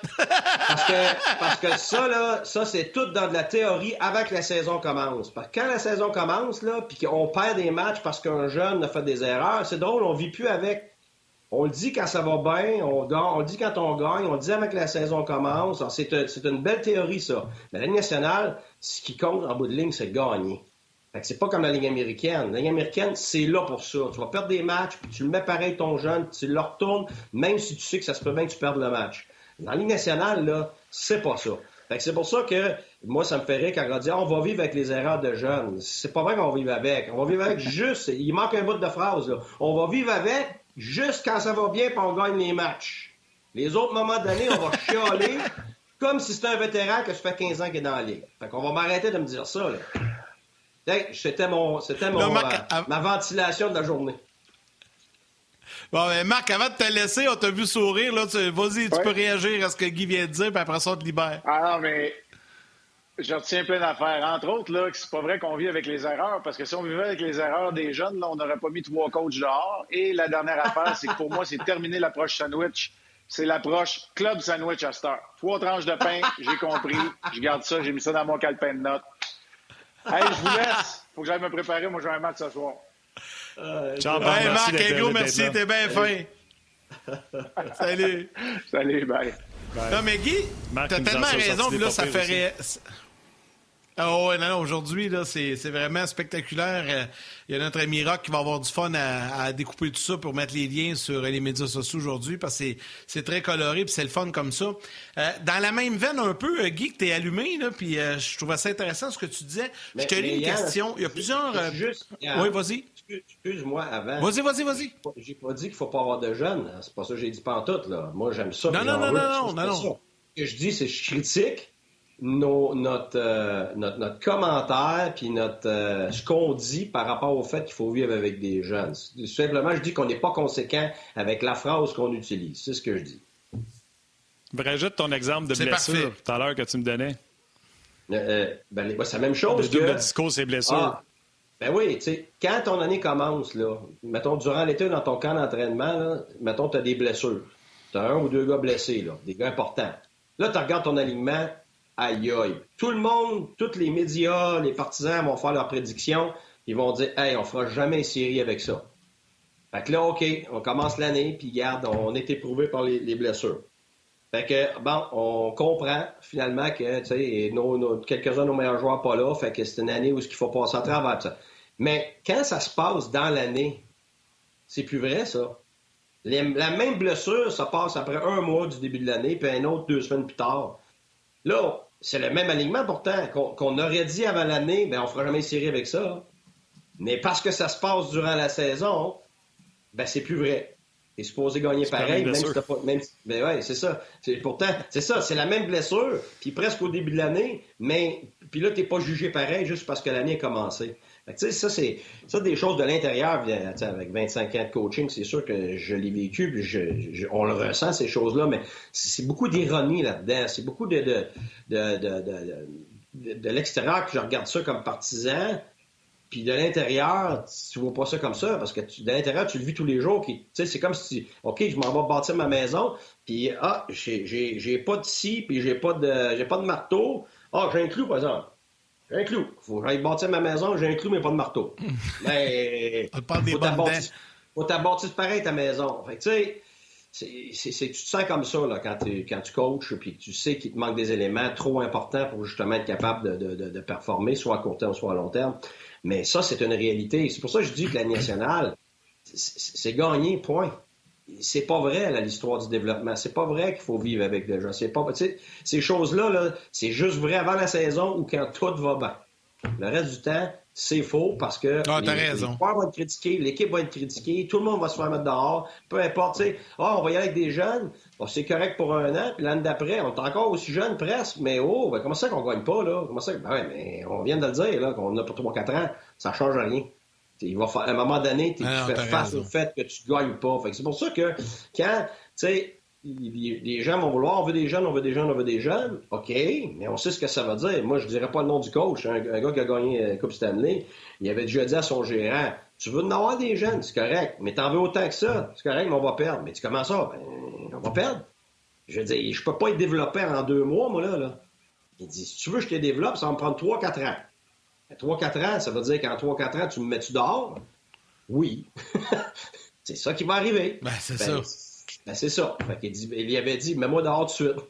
Parce que ça, là, c'est tout dans de la théorie avant que la saison commence. Parce que quand la saison commence, là, puis qu'on perd des matchs parce qu'un jeune a fait des erreurs, c'est drôle, on vit plus avec. On le dit quand ça va bien, on le dit quand on gagne, on le dit avant que la saison commence. Alors, c'est une belle théorie, ça. Mais la Ligue nationale, ce qui compte en bout de ligne, c'est de gagner. Fait que c'est pas comme la Ligue américaine. La Ligue américaine, c'est là pour ça. Tu vas perdre des matchs, puis tu le mets pareil ton jeune, puis tu le retournes, même si tu sais que ça se peut bien que tu perdes le match. Dans la Ligue nationale, là, c'est pas ça. Fait que c'est pour ça que moi, ça me fait rire quand on dit on va vivre avec les erreurs de jeunes. C'est pas vrai qu'on va vivre avec. On va vivre avec juste. Il manque un bout de phrase, là. On va vivre avec juste quand ça va bien, puis on gagne les matchs. Les autres moments de l'année, on va chialer comme si c'était un vétéran que ça fait 15 ans qu'il est dans la Ligue. Fait qu'on va m'arrêter de me dire ça, là. C'était ma ventilation de la journée. Bon, mais Marc, avant de te laisser, on t'a vu sourire. Là, vas-y, tu peux réagir à ce que Guy vient de dire, puis après ça, on te libère. Ah non, mais je retiens plein d'affaires. Entre autres, là, que c'est pas vrai qu'on vit avec les erreurs, parce que si on vivait avec les erreurs des jeunes, là, on n'aurait pas mis 3 coachs dehors. Et la dernière affaire, c'est que pour moi, c'est terminé l'approche sandwich. C'est l'approche club sandwich à cette heure. 3 tranches de pain, j'ai compris. Je garde ça, j'ai mis ça dans mon calepin de notes. Hey, je vous laisse. Faut que j'aille me préparer. Moi, j'ai un match ce soir. Ciao, hey, Marc, gros, merci. T'es bien fin. Salut. Salut, bye. Non, mais Guy, t'as tellement raison. Puis là, ça ferait... Oh, non, aujourd'hui, là, c'est vraiment spectaculaire. Il y a notre ami Rock qui va avoir du fun à découper tout ça pour mettre les liens sur les médias sociaux aujourd'hui, parce que c'est très coloré puis c'est le fun comme ça. Dans la même veine un peu, Guy, que t'es allumé, là, puis je trouvais ça intéressant ce que tu disais. Je te lis une question. Il y a plusieurs... Oui, vas-y. Excuse-moi, avant. Vas-y. J'ai pas dit qu'il faut pas avoir de jeunes. C'est pas ça que j'ai dit pantoute, là. Moi, j'aime ça. Non. Ce que je dis, c'est que je critique notre commentaire puis ce qu'on dit par rapport au fait qu'il faut vivre avec des jeunes. Tout simplement, je dis qu'on n'est pas conséquent avec la phrase qu'on utilise. C'est ce que je dis. Rajoute ton exemple de blessure tout à l'heure que tu me donnais. c'est la même chose. Le double discours, c'est blessure. Ben oui, tu sais, quand ton année commence, là, mettons, durant l'été, dans ton camp d'entraînement, là, mettons, tu as des blessures. Tu as 1 ou 2 gars blessés, là, des gars importants. Là, tu regardes ton alignement, aïe aïe. Tout le monde, tous les médias, les partisans vont faire leurs prédictions. Ils vont dire, hey, on fera jamais une série avec ça. Fait que là, OK, on commence l'année, puis regarde, on est éprouvé par les blessures. Fait que, bon, on comprend finalement que, tu sais, quelques-uns de nos meilleurs joueurs pas là, fait que c'est une année où il faut passer à travers ça. Mais quand ça se passe dans l'année, c'est plus vrai, ça. La même blessure, ça passe après 1 mois du début de l'année, puis un autre 2 semaines plus tard. Là, c'est le même alignement pourtant qu'on aurait dit avant l'année, ben on fera jamais une série avec ça. Mais parce que ça se passe durant la saison, ben c'est plus vrai. T'es supposé gagner pareil, même si t'as pas... Ben ouais, c'est ça. Pourtant, c'est ça, c'est la même blessure, puis presque au début de l'année, mais... Puis là, t'es pas jugé pareil juste parce que l'année a commencé. Fait que, tu sais, ça, c'est des choses de l'intérieur. Avec 25 ans de coaching, c'est sûr que je l'ai vécu, puis on le ressent, ces choses-là, mais c'est beaucoup d'ironie là-dedans. C'est beaucoup de l'extérieur que je regarde ça comme partisan. Puis de l'intérieur, tu vois pas ça comme ça, parce que de l'intérieur, tu le vis tous les jours. Tu sais, c'est comme si, OK, je m'en vais bâtir ma maison, puis j'ai pas de scie, puis j'ai pas de marteau. J'ai un clou, par exemple. J'ai un clou. Faut que j'aille bâtir ma maison, j'ai un clou, mais pas de marteau. Mais faut t'abâtir pareil ta maison. Fait que tu sais, tu te sens comme ça là, quand tu coaches, puis que tu sais qu'il te manque des éléments trop importants pour justement être capable de performer, soit à court terme, soit à long terme. Mais ça, c'est une réalité. C'est pour ça que je dis que la nationale, c'est gagné, point. C'est pas vrai, là, l'histoire du développement. C'est pas vrai qu'il faut vivre avec des gens. C'est pas, ces choses-là, là, c'est juste vrai avant la saison ou quand tout va bien. Le reste du temps, c'est faux parce que les joueurs vont être critiqués, l'équipe va être critiquée, tout le monde va se faire mettre dehors, peu importe, tu sais, on va y aller avec des jeunes, c'est correct pour 1 an, puis l'année d'après, on est encore aussi jeune presque, mais comment ça qu'on gagne pas, là? Comment ça? Mais on vient de le dire, là, qu'on a pour 3-4 ans, ça change rien. Il va à un moment donné, tu fais face au fait que tu ne gagnes pas. Fait que c'est pour ça que quand, tu sais, les gens vont vouloir, on veut des jeunes. OK, mais on sait ce que ça veut dire. Moi, je ne dirais pas le nom du coach. Un gars qui a gagné la Coupe Stanley, il avait déjà dit à son gérant, tu veux en avoir des jeunes, c'est correct, mais t'en veux autant que ça, c'est correct, mais on va perdre. Mais tu commences ça, on va perdre. Je veux dire, je peux pas être développeur en 2 mois, moi, là. Il dit, si tu veux que je te développe, ça va me prendre 3-4 ans. 3-4 ans, ça veut dire qu'en 3-4 ans, tu me mets-tu dehors? Oui. C'est ça qui va arriver. C'est ça. C'est ça. Fait il avait dit, mets-moi dehors tout de suite.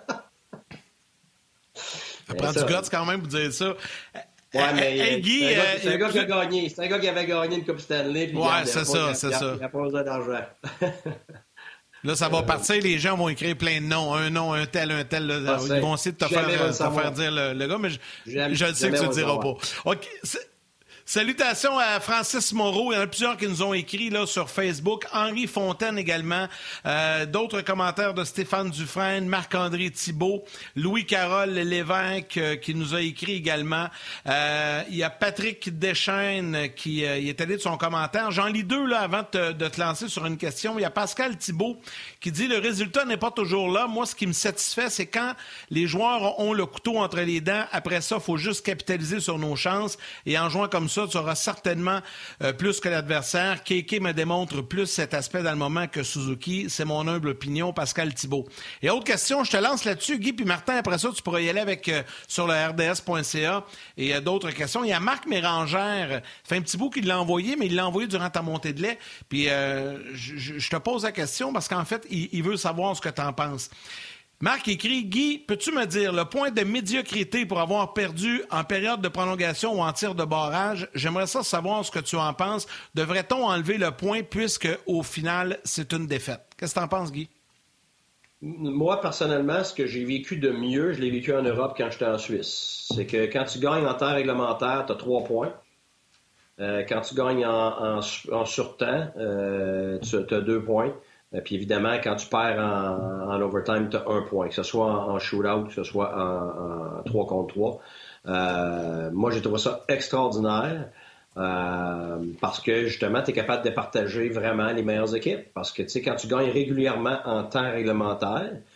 Ça prend du guts quand même pour dire ça. Ouais, mais Guy, c'est un gars qui a gagné. C'est un gars qui avait gagné une Coupe Stanley. Puis c'est ça. Il a pas besoin d'argent. Là, ça va partir, les gens vont écrire plein de noms. Un nom, un tel. Là. Ils vont essayer de te faire dire le gars, mais je le sais que tu ne le diras pas. OK. Salutations à Francis Moreau. Il y en a plusieurs qui nous ont écrit là, sur Facebook. Henri Fontaine également. D'autres commentaires de Stéphane Dufresne, Marc-André Thibault, Louis-Carole Lévesque qui nous a écrit également. Il y a Patrick Deschaines qui est allé de son commentaire. J'en lis 2 là, avant de te lancer sur une question. Il y a Pascal Thibault qui dit « Le résultat n'est pas toujours là. Moi, ce qui me satisfait, c'est quand les joueurs ont le couteau entre les dents. Après ça, il faut juste capitaliser sur nos chances. Et en jouant comme ça, tu auras certainement plus que l'adversaire. Kéké me démontre plus cet aspect dans le moment que Suzuki. C'est mon humble opinion, Pascal Thibault. Et autre question, je te lance là-dessus, Guy, puis Martin, après ça, tu pourras y aller avec sur le rds.ca et d'autres questions. Il y a Marc Mérangère, fait un petit bout qu'il l'a envoyé, mais il l'a envoyé durant ta montée de lait. Puis je te pose la question parce qu'en fait, il veut savoir ce que tu en penses. Marc écrit « Guy, peux-tu me dire le point de médiocrité pour avoir perdu en période de prolongation ou en tir de barrage? J'aimerais ça savoir ce que tu en penses. Devrait-on enlever le point puisque au final, c'est une défaite? » Qu'est-ce que tu en penses, Guy? Moi, personnellement, ce que j'ai vécu de mieux, je l'ai vécu en Europe quand j'étais en Suisse. C'est que quand tu gagnes en temps réglementaire, tu as 3 points. Quand tu gagnes en surtemps, tu as 2 points. Puis évidemment, quand tu perds en overtime, tu as 1 point, que ce soit en shootout, que ce soit en 3 contre 3. Moi, j'ai trouvé ça extraordinaire parce que justement, tu es capable de partager vraiment les meilleures équipes. Parce que tu sais, quand tu gagnes régulièrement en temps réglementaire,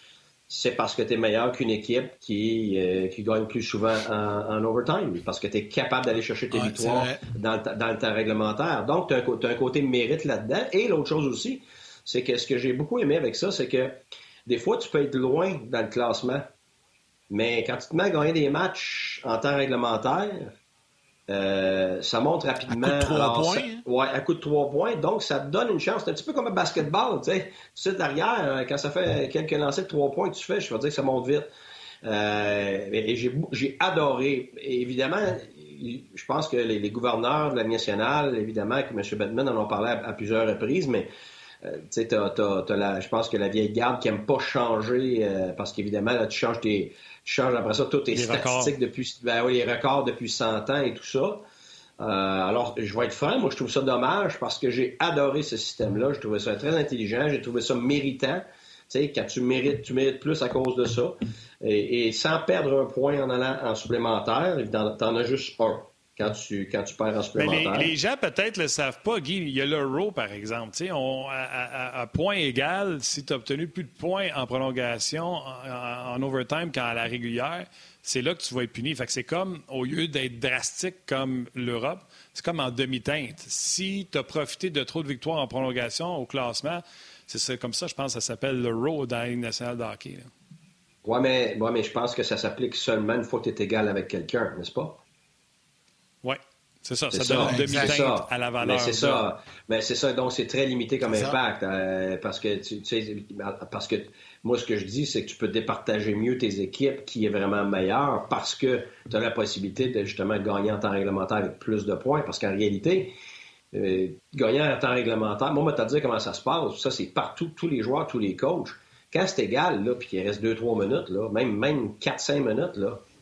c'est parce que tu es meilleur qu'une équipe qui gagne plus souvent en overtime, parce que tu es capable d'aller chercher tes victoires dans le temps réglementaire. Donc, tu as un côté mérite là-dedans. Et l'autre chose aussi, c'est que ce que j'ai beaucoup aimé avec ça, c'est que des fois, tu peux être loin dans le classement, mais quand tu te mets à gagner des matchs en temps réglementaire, ça monte rapidement. À coup de 3 points. Ouais, à coup de 3 points. Donc, ça te donne une chance. C'est un petit peu comme un basketball, tu sais. Tu sais, derrière, quand ça fait quelques lancers de 3 points que tu fais, je vais dire que ça monte vite. Et j'ai adoré. Et évidemment, je pense que les gouverneurs de la nationale, évidemment, que M. Bettman en ont parlé à plusieurs reprises, mais tu sais, je pense que la vieille garde qui n'aime pas changer, parce qu'évidemment, là, tu changes après ça toutes tes statistiques depuis les records depuis 100 ans et tout ça. Alors, je vais être franc, moi, je trouve ça dommage parce que j'ai adoré ce système-là. Je trouvais ça très intelligent, j'ai trouvé ça méritant. Tu sais, quand tu mérites plus à cause de ça. Et sans perdre un point en allant en supplémentaire, t'en as juste un quand tu perds en supplémentaire. Mais les gens, peut-être, ne le savent pas, Guy. Il y a le row, par exemple. Tu sais, à point égal, si tu as obtenu plus de points en prolongation, en overtime qu'à la régulière, c'est là que tu vas être puni. Fait que c'est comme, au lieu d'être drastique comme l'Europe, c'est comme en demi-teinte. Si tu as profité de trop de victoires en prolongation au classement, c'est comme ça, je pense, ça s'appelle le row dans la Ligue nationale de hockey. Oui, mais je pense que ça s'applique seulement une fois que tu es égal avec quelqu'un, n'est-ce pas? Oui. C'est ça, ça donne une demi-teinte à la valeur. Mais c'est ça, donc c'est très limité comme impact. Parce que moi, ce que je dis, c'est que tu peux départager mieux tes équipes qui est vraiment meilleur parce que tu as la possibilité de justement gagner en temps réglementaire avec plus de points. Parce qu'en réalité, gagner en temps réglementaire, moi, je vais te dire comment ça se passe. Ça, c'est partout, tous les joueurs, tous les coachs. Quand c'est égal, là, puis qu'il reste 2-3 minutes, là, même 4-5 minutes,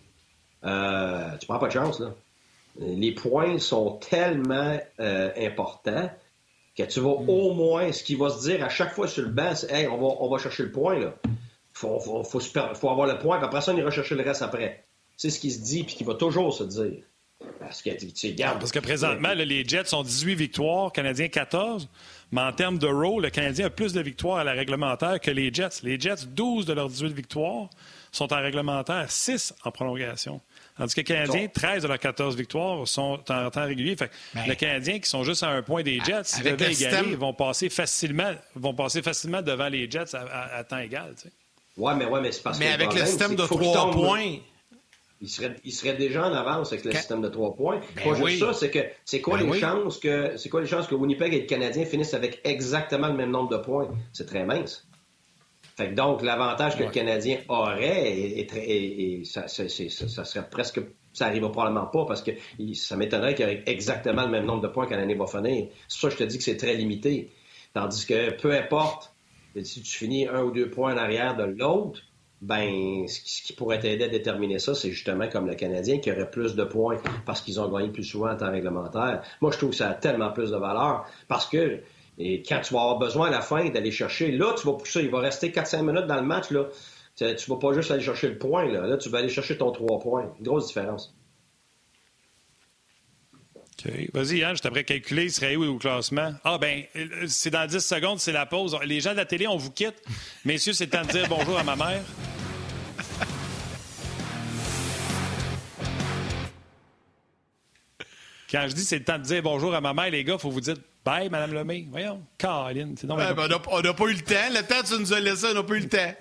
là, tu prends pas de chance, là. Les points sont tellement importants que tu vas au moins, ce qui va se dire à chaque fois sur le banc, c'est « Hey, on va chercher le point, là. Faut avoir le point, puis après ça, on ira chercher le reste après. » C'est ce qui se dit, puis qui va toujours se dire. Parce que, parce que présentement, là, les Jets ont 18 victoires, Canadiens 14. Mais en termes de row, le Canadien a plus de victoires à la réglementaire que les Jets. Les Jets, 12 de leurs 18 victoires sont en réglementaire, 6 en prolongation. Tandis que les Canadiens, 13 de leurs 14 victoires sont en temps régulier. Fait que les Canadiens qui sont juste à un point des Jets, s'ils devaient égaler, vont passer facilement devant les Jets à temps égal. Tu sais. Oui, mais c'est parce que. Mais avec le système de 3 points. Il serait déjà en avance avec le système de 3 points. Pas juste ça, c'est quoi les chances que Winnipeg et le Canadien finissent avec exactement le même nombre de points? C'est très mince. Fait que donc, l'avantage que le Canadien aurait, ça serait presque... Ça n'arrivera probablement pas parce que ça m'étonnerait qu'il y ait exactement le même nombre de points quand l'année va finir. C'est pour ça que je te dis que c'est très limité. Tandis que peu importe, si tu finis 1 ou 2 points en arrière de l'autre, ben, ce qui pourrait t'aider à déterminer ça, c'est justement comme le Canadien qui aurait plus de points parce qu'ils ont gagné plus souvent en temps réglementaire. Moi, je trouve que ça a tellement plus de valeur parce que quand tu vas avoir besoin à la fin d'aller chercher, là, tu vas pousser, il va rester 4-5 minutes dans le match, là. Tu vas pas juste aller chercher le point, là. Là, tu vas aller chercher ton 3 points. Une grosse différence. OK. Vas-y, Ange, je t'apprends calculer, il serait où au classement? Ah, ben, c'est dans 10 secondes, c'est la pause. Les gens de la télé, on vous quitte. Messieurs, c'est le temps de dire bonjour à ma mère. Quand je dis c'est le temps de dire bonjour à ma mère, les gars, il faut vous dire bye, Mme Lemay. Voyons, Caroline. C'est on n'a pas eu le temps. Le temps, tu nous as laissé, on n'a pas eu le temps.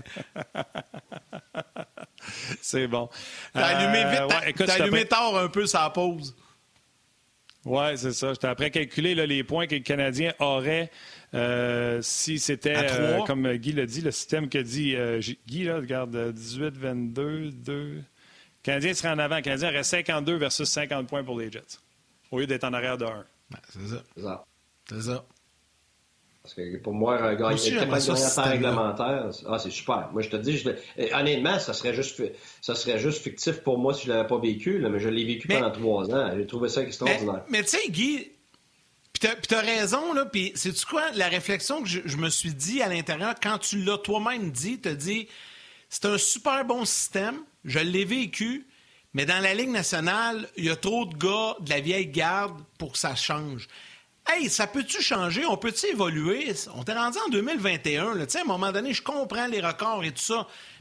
C'est bon. T'as allumé vite, t'as allumé tard un peu sa pause. Oui, c'est ça. J'étais après calculer là, les points que le Canadien aurait si c'était, comme Guy l'a dit, le système que dit Guy, là, regarde, 18, 22, 2. Le Canadien serait en avant. Le Canadien aurait 52 versus 50 points pour les Jets, au lieu d'être en arrière de 1. C'est ça. Parce que pour moi, gagner en temps réglementaire, c'est super. Moi, je te dis, honnêtement, ça serait juste fictif pour moi si je ne l'avais pas vécu, là, mais je l'ai vécu pendant 3 ans. J'ai trouvé ça extraordinaire. Mais tu sais, Guy, puis t'as raison, là, puis sais-tu quoi? La réflexion que je me suis dit à l'intérieur, quand tu l'as toi-même dit, t'as dit, c'est un super bon système, je l'ai vécu, mais dans la Ligue nationale, il y a trop de gars de la vieille garde pour que ça change. Hey, ça peut-tu changer? On peut-tu évoluer? On t'est rendu en 2021. Là. À un moment donné, je comprends les records et tout ça.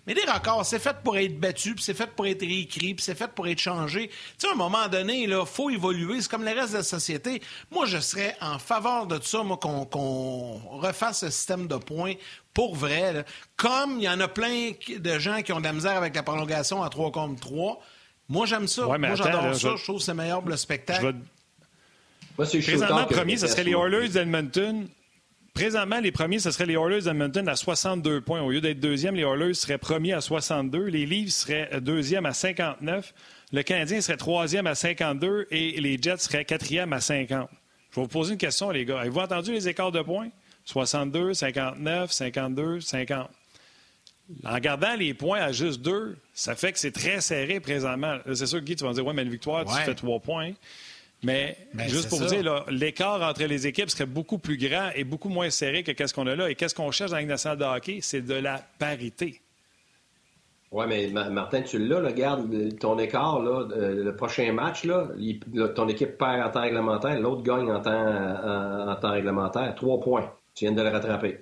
Mais des records, c'est fait pour être battu, puis c'est fait pour être réécrit, puis c'est fait pour être changé. Tu sais, à un moment donné, il faut évoluer. C'est comme le reste de la société. Moi, je serais en faveur de ça, moi, qu'on refasse le système de points pour vrai. Là. Comme il y en a plein de gens qui ont de la misère avec la prolongation à 3 contre 3. Moi, j'aime ça. Ouais, moi, j'adore ça. Je trouve que c'est meilleur pour le spectacle. Présentement, premier, ce serait les Oilers d'Edmonton. Présentement, les premiers, ce serait les Oilers d'Edmonton à 62 points. Au lieu d'être deuxième, les Oilers seraient premiers à 62. Les Leafs seraient deuxième à 59. Le Canadien serait troisième à 52. Et les Jets seraient quatrième à 50. Je vais vous poser une question, les gars. Avez-vous entendu les écarts de points? 62, 59, 52, 50. En gardant les points à juste 2, ça fait que c'est très serré présentement. C'est sûr, Guy, tu vas me dire, ouais, mais une victoire, tu fais 3 points. Mais juste pour vous dire, là, l'écart entre les équipes serait beaucoup plus grand et beaucoup moins serré que qu'est-ce qu'on a là. Et qu'est-ce qu'on cherche dans la Ligue nationale de hockey? C'est de la parité. Oui, mais Martin, tu l'as, regarde ton écart, là, le prochain match, là, ton équipe perd en temps réglementaire, l'autre gagne en temps réglementaire. 3 points. Tu viens de le rattraper.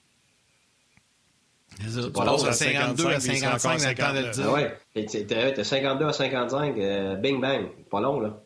Tu passes à 52 à 55 dans le temps de le dire. Ah ouais, t'es 52 à 55, bing bang. Pas long, là.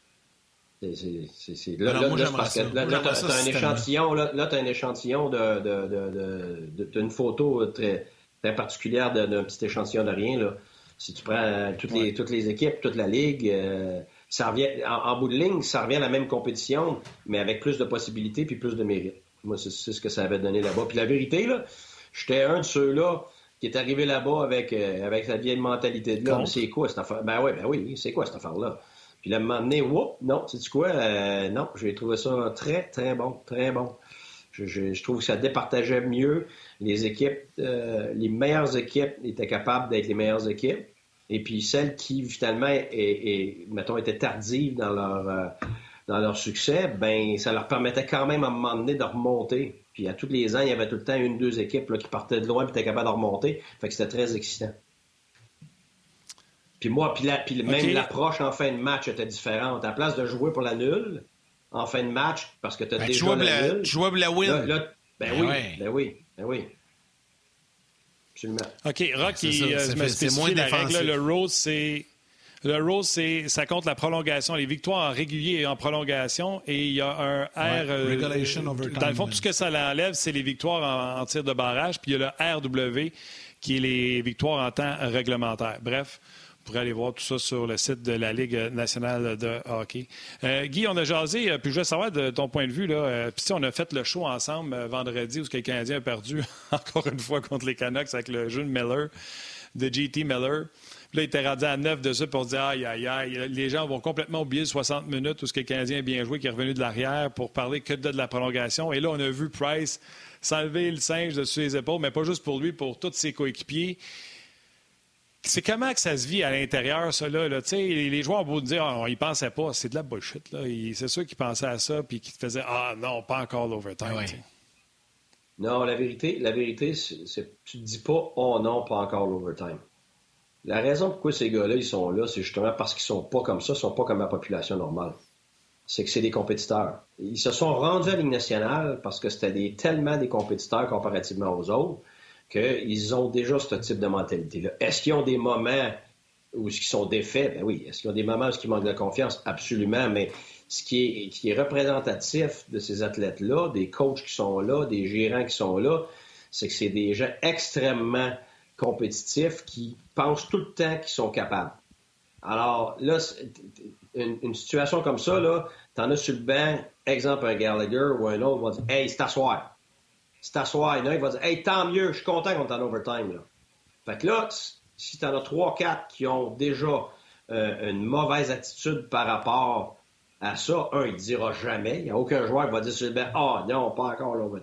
Là, t'as un échantillon, t'as un échantillon d'une photo très, très particulière d'un petit échantillon de rien, là. Si tu prends toutes les équipes, toute la ligue, ça revient, en bout de ligne, ça revient à la même compétition, mais avec plus de possibilités puis plus de mérite. Moi, c'est ce que ça avait donné là-bas. Puis la vérité, là, j'étais un de ceux-là qui est arrivé là-bas avec sa vieille mentalité de là. C'est quoi cette affaire? Ben oui, c'est quoi cette affaire-là? Puis là, m'a amené, non, sais-tu quoi? Non, j'ai trouvé ça très, très bon, très bon. Je trouve que ça départageait mieux. Les équipes, les meilleures équipes étaient capables d'être les meilleures équipes. Et puis celles qui, finalement, mettons, étaient tardives dans leur succès, ben ça leur permettait quand même, à un moment donné, de remonter. Puis à tous les ans, il y avait tout le temps 1-2 équipes là, qui partaient de loin et étaient capables de remonter. Fait que c'était très excitant. Puis même l'approche en fin de match était différente. À la place de jouer pour la nulle, en fin de match, parce que tu as déjà la nulle... Tu jouais pour la win. Ben oui. Absolument. OK, Rock, c'est moins la règle. Le road, ça compte la prolongation, les victoires en régulier et en prolongation. Et il y a un R... Regulation overtime. Dans le fond, tout ce que ça enlève, c'est les victoires en tir de barrage. Puis il y a le RW, qui est les victoires en temps réglementaire. Bref... Vous pourrez aller voir tout ça sur le site de la Ligue nationale de hockey. Guy, on a jasé, puis je voulais savoir de ton point de vue, là, puis on a fait le show ensemble vendredi où le Canadien a perdu encore une fois contre les Canucks avec le jeu de Miller, de JT Miller. Puis là, il était rendu à 9 de ça pour se dire aïe, les gens vont complètement oublier le 60 minutes où le Canadien a bien joué, qui est revenu de l'arrière pour parler que de la prolongation. Et là, on a vu Price s'enlever le singe dessus les épaules, mais pas juste pour lui, pour tous ses coéquipiers. C'est comment que ça se vit à l'intérieur, ça, là? Tu sais, les joueurs, au bout de dire, on y pensait pas, c'est de la bullshit, là. C'est ceux qui pensaient à ça puis qui te faisaient, non, pas encore l'overtime. Ouais. Non, la vérité, c'est tu te dis pas, oh non, pas encore l'overtime. La raison pourquoi ces gars-là, ils sont là, c'est justement parce qu'ils sont pas comme ça, ils sont pas comme la population normale. C'est que c'est des compétiteurs. Ils se sont rendus à la Ligue nationale parce que c'était tellement des compétiteurs comparativement aux autres, qu'ils ont déjà ce type de mentalité-là. Est-ce qu'ils ont des moments où ils sont défaits? Ben oui. Est-ce qu'ils ont des moments où ils manquent de confiance? Absolument. Mais ce qui est représentatif de ces athlètes-là, des coachs qui sont là, des gérants qui sont là, c'est que c'est des gens extrêmement compétitifs qui pensent tout le temps qu'ils sont capables. Alors là, une situation comme ça, là, t'en as sur le banc, exemple un Gallagher ou un autre va dire « Hey, c'est t'asseoir. » C'est t'asseoir. Il va dire « Hey, tant mieux, je suis content qu'on est en overtime. » Là. Fait que là, si t'en as 3-4 qui ont déjà une mauvaise attitude par rapport à ça, il ne dira jamais. Il n'y a aucun joueur qui va dire sur le banc « Ah, non, pas encore l'overtime. »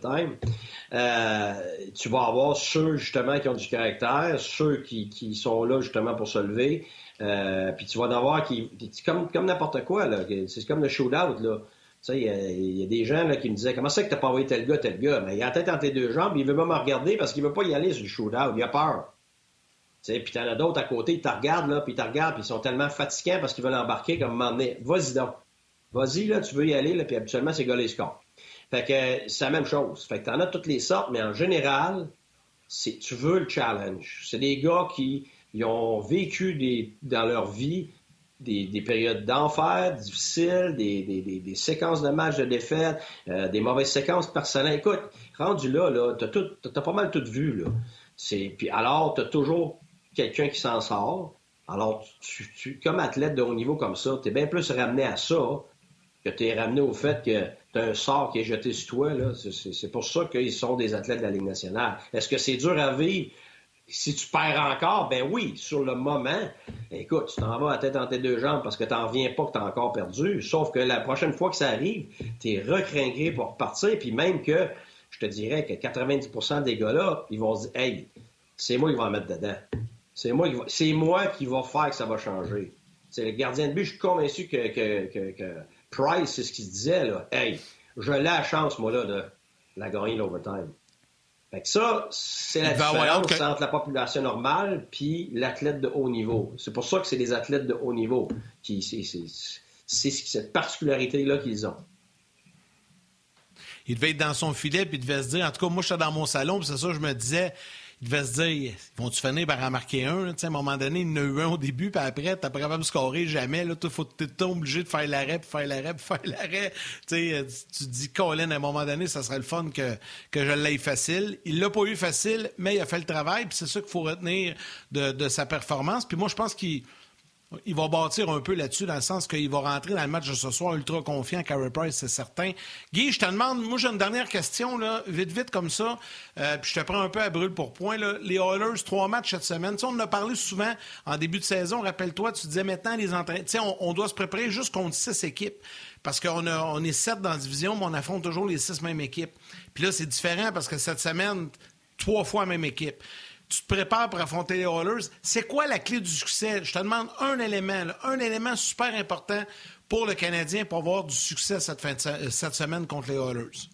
Tu vas avoir ceux, justement, qui ont du caractère, ceux qui sont là, justement, pour se lever. Puis tu vas en avoir qui comme n'importe quoi, là. C'est comme le shootout, là. Tu sais, il y a des gens là, qui me disaient « Comment c'est que t'as pas envoyé tel gars? » Mais il a la tête entre les deux jambes, il veut même me regarder parce qu'il veut pas y aller sur le shootout. Il a peur. Tu sais, puis t'en as d'autres à côté, ils te regardent, là, puis ils sont tellement fatigants parce qu'ils veulent embarquer comme m'emmener. Vas-y donc. Vas-y, là, tu veux y aller, là, puis habituellement, ces gars-là, ils scorent. Fait que c'est la même chose. Fait que t'en as toutes les sortes, mais en général, tu veux le challenge. C'est des gars qui ils ont vécu dans leur vie des périodes d'enfer difficiles, des séquences de matchs de défaite, des mauvaises séquences personnelles. Écoute, rendu là, t'as pas mal tout vu, là. Puis alors, t'as toujours quelqu'un qui s'en sort. Alors, comme athlète de haut niveau comme ça, t'es bien plus ramené à ça que t'es ramené au fait que t'as un sort qui est jeté sur toi, là. C'est pour ça qu'ils sont des athlètes de la Ligue nationale. Est-ce que c'est dur à vivre? Si tu perds encore, ben oui, sur le moment, écoute, tu t'en vas à tête entre tes deux jambes parce que t'en reviens pas que t'as encore perdu. Sauf que la prochaine fois que ça arrive, t'es recringué pour repartir. Puis même que, je te dirais que 90% des gars-là, ils vont se dire, hey, c'est moi qui vais en mettre dedans. C'est moi qui va faire que ça va changer. C'est le gardien de but, je suis convaincu que Price, c'est ce qu'il se disait, là. Hey, je l'ai la chance, moi, là, de la gagner l'overtime. Fait que ça, c'est la différence entre la population normale puis l'athlète de haut niveau. C'est pour ça que c'est des athlètes de haut niveau. C'est cette particularité-là qu'ils ont. Il devait être dans son filet puis il devait se dire, en tout cas, moi, je suis dans mon salon puis c'est ça, je me disais, il devait se dire, vont-tu finir par en marquer un? À un moment donné, il y en a eu un au début, puis après, t'as pas capable de scorer jamais. Là, t'es obligé de faire l'arrêt, puis faire l'arrêt, puis faire l'arrêt. Tu te dis, Colin, à un moment donné, ça serait le fun que je l'aille facile. Il l'a pas eu facile, mais il a fait le travail, puis c'est ça qu'il faut retenir de sa performance. Puis moi, je pense qu'il va bâtir un peu là-dessus, dans le sens qu'il va rentrer dans le match de ce soir ultra confiant, Carey Price, c'est certain. Guy, je te demande, moi j'ai une dernière question, là, vite comme ça, puis je te prends un peu à brûle pour point. Là. Les Oilers, 3 matchs cette semaine. T'sais, on en a parlé souvent en début de saison, rappelle-toi, tu disais maintenant les entraînements, on doit se préparer juste contre 6 équipes. Parce qu'on est 7 dans la division, mais on affronte toujours les 6 mêmes équipes. Puis là, c'est différent parce que cette semaine, 3 fois la même équipe. Tu te prépares pour affronter les Oilers. C'est quoi la clé du succès? Je te demande un élément super important pour le Canadien pour avoir du succès cette semaine contre les Oilers.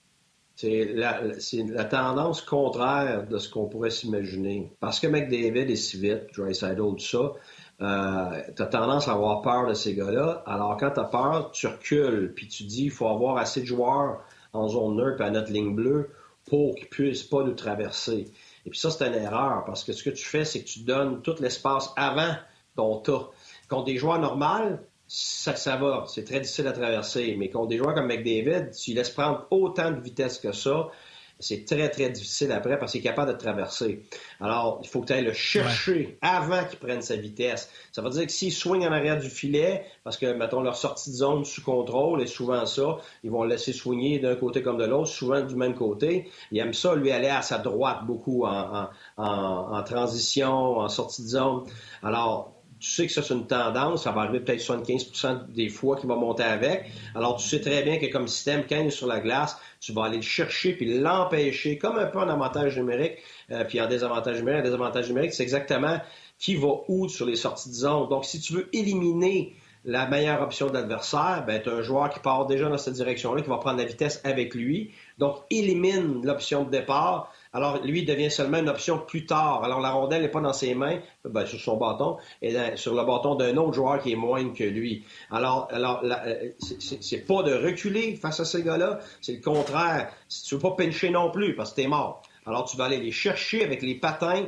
C'est la tendance contraire de ce qu'on pourrait s'imaginer. Parce que McDavid est si vite, Draisaitl, tout ça, tu as tendance à avoir peur de ces gars-là. Alors, quand tu as peur, tu recules, puis tu dis il faut avoir assez de joueurs en zone neutre et à notre ligne bleue pour qu'ils ne puissent pas nous traverser. Et puis ça, c'est une erreur, parce que ce que tu fais, c'est que tu donnes tout l'espace avant ton tas. Contre des joueurs normaux, ça va, c'est très difficile à traverser. Mais contre des joueurs comme McDavid, tu laisses prendre autant de vitesse que ça, c'est très, très difficile après parce qu'il est capable de traverser. Alors, il faut que tu ailles le chercher avant qu'il prenne sa vitesse. Ça veut dire que s'il swing en arrière du filet, parce que, mettons, leur sortie de zone sous contrôle est souvent ça, ils vont le laisser swinger d'un côté comme de l'autre, souvent du même côté. Il aime ça, lui, aller à sa droite beaucoup en transition, en sortie de zone. Alors, tu sais que ça, c'est une tendance. Ça va arriver peut-être 75% des fois qu'il va monter avec. Alors, tu sais très bien que comme système, quand il est sur la glace, tu vas aller le chercher puis l'empêcher, comme un peu en avantage numérique, puis en désavantage numérique. En désavantage numérique, c'est exactement qui va où sur les sorties de zone. Donc, si tu veux éliminer la meilleure option de l'adversaire, ben, tu as un joueur qui part déjà dans cette direction-là, qui va prendre la vitesse avec lui. Donc, élimine l'option de départ. Alors, lui, il devient seulement une option plus tard. Alors, la rondelle n'est pas dans ses mains, ben, sur son bâton, et sur le bâton d'un autre joueur qui est moins que lui. Alors c'est pas de reculer face à ces gars-là, c'est le contraire. Si tu veux pas pincher non plus, parce que t'es mort. Alors, tu vas aller les chercher avec les patins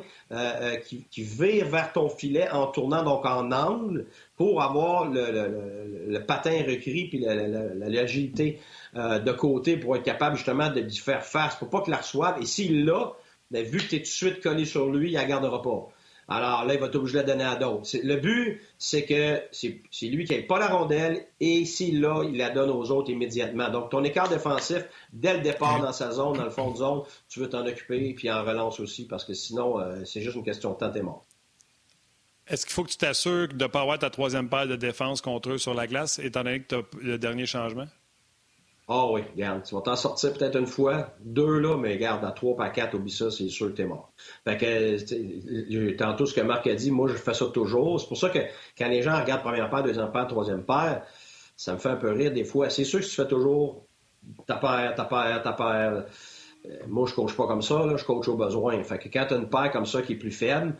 qui virent vers ton filet en tournant donc en angle pour avoir le patin recris puis l'agilité de côté pour être capable justement de lui faire face pour pas qu'il la reçoive. Et s'il l'a, bien, vu que tu es tout de suite collé sur lui, il la gardera pas. Alors là, il va t'obliger de la donner à d'autres. Le but, c'est que c'est lui qui n'a pas la rondelle et s'il l'a, il la donne aux autres immédiatement. Donc, ton écart défensif, dès le départ dans sa zone, dans le fond de zone, tu veux t'en occuper puis en relance aussi parce que sinon, c'est juste une question de temps, t'es mort. Est-ce qu'il faut que tu t'assures de ne pas avoir ta troisième paire de défense contre eux sur la glace, étant donné que tu as le dernier changement? Ah oui, regarde, tu vas t'en sortir peut-être une fois, 2 là, mais regarde, à 3 par 4, oublie ça, c'est sûr que t'es mort. Fait que, tantôt, ce que Marc a dit, moi, je fais ça toujours. C'est pour ça que quand les gens regardent première paire, deuxième paire, troisième paire, ça me fait un peu rire des fois. C'est sûr que tu fais toujours ta paire. Moi, je coach pas comme ça, là, je coach au besoin. Fait que quand tu as une paire comme ça qui est plus faible,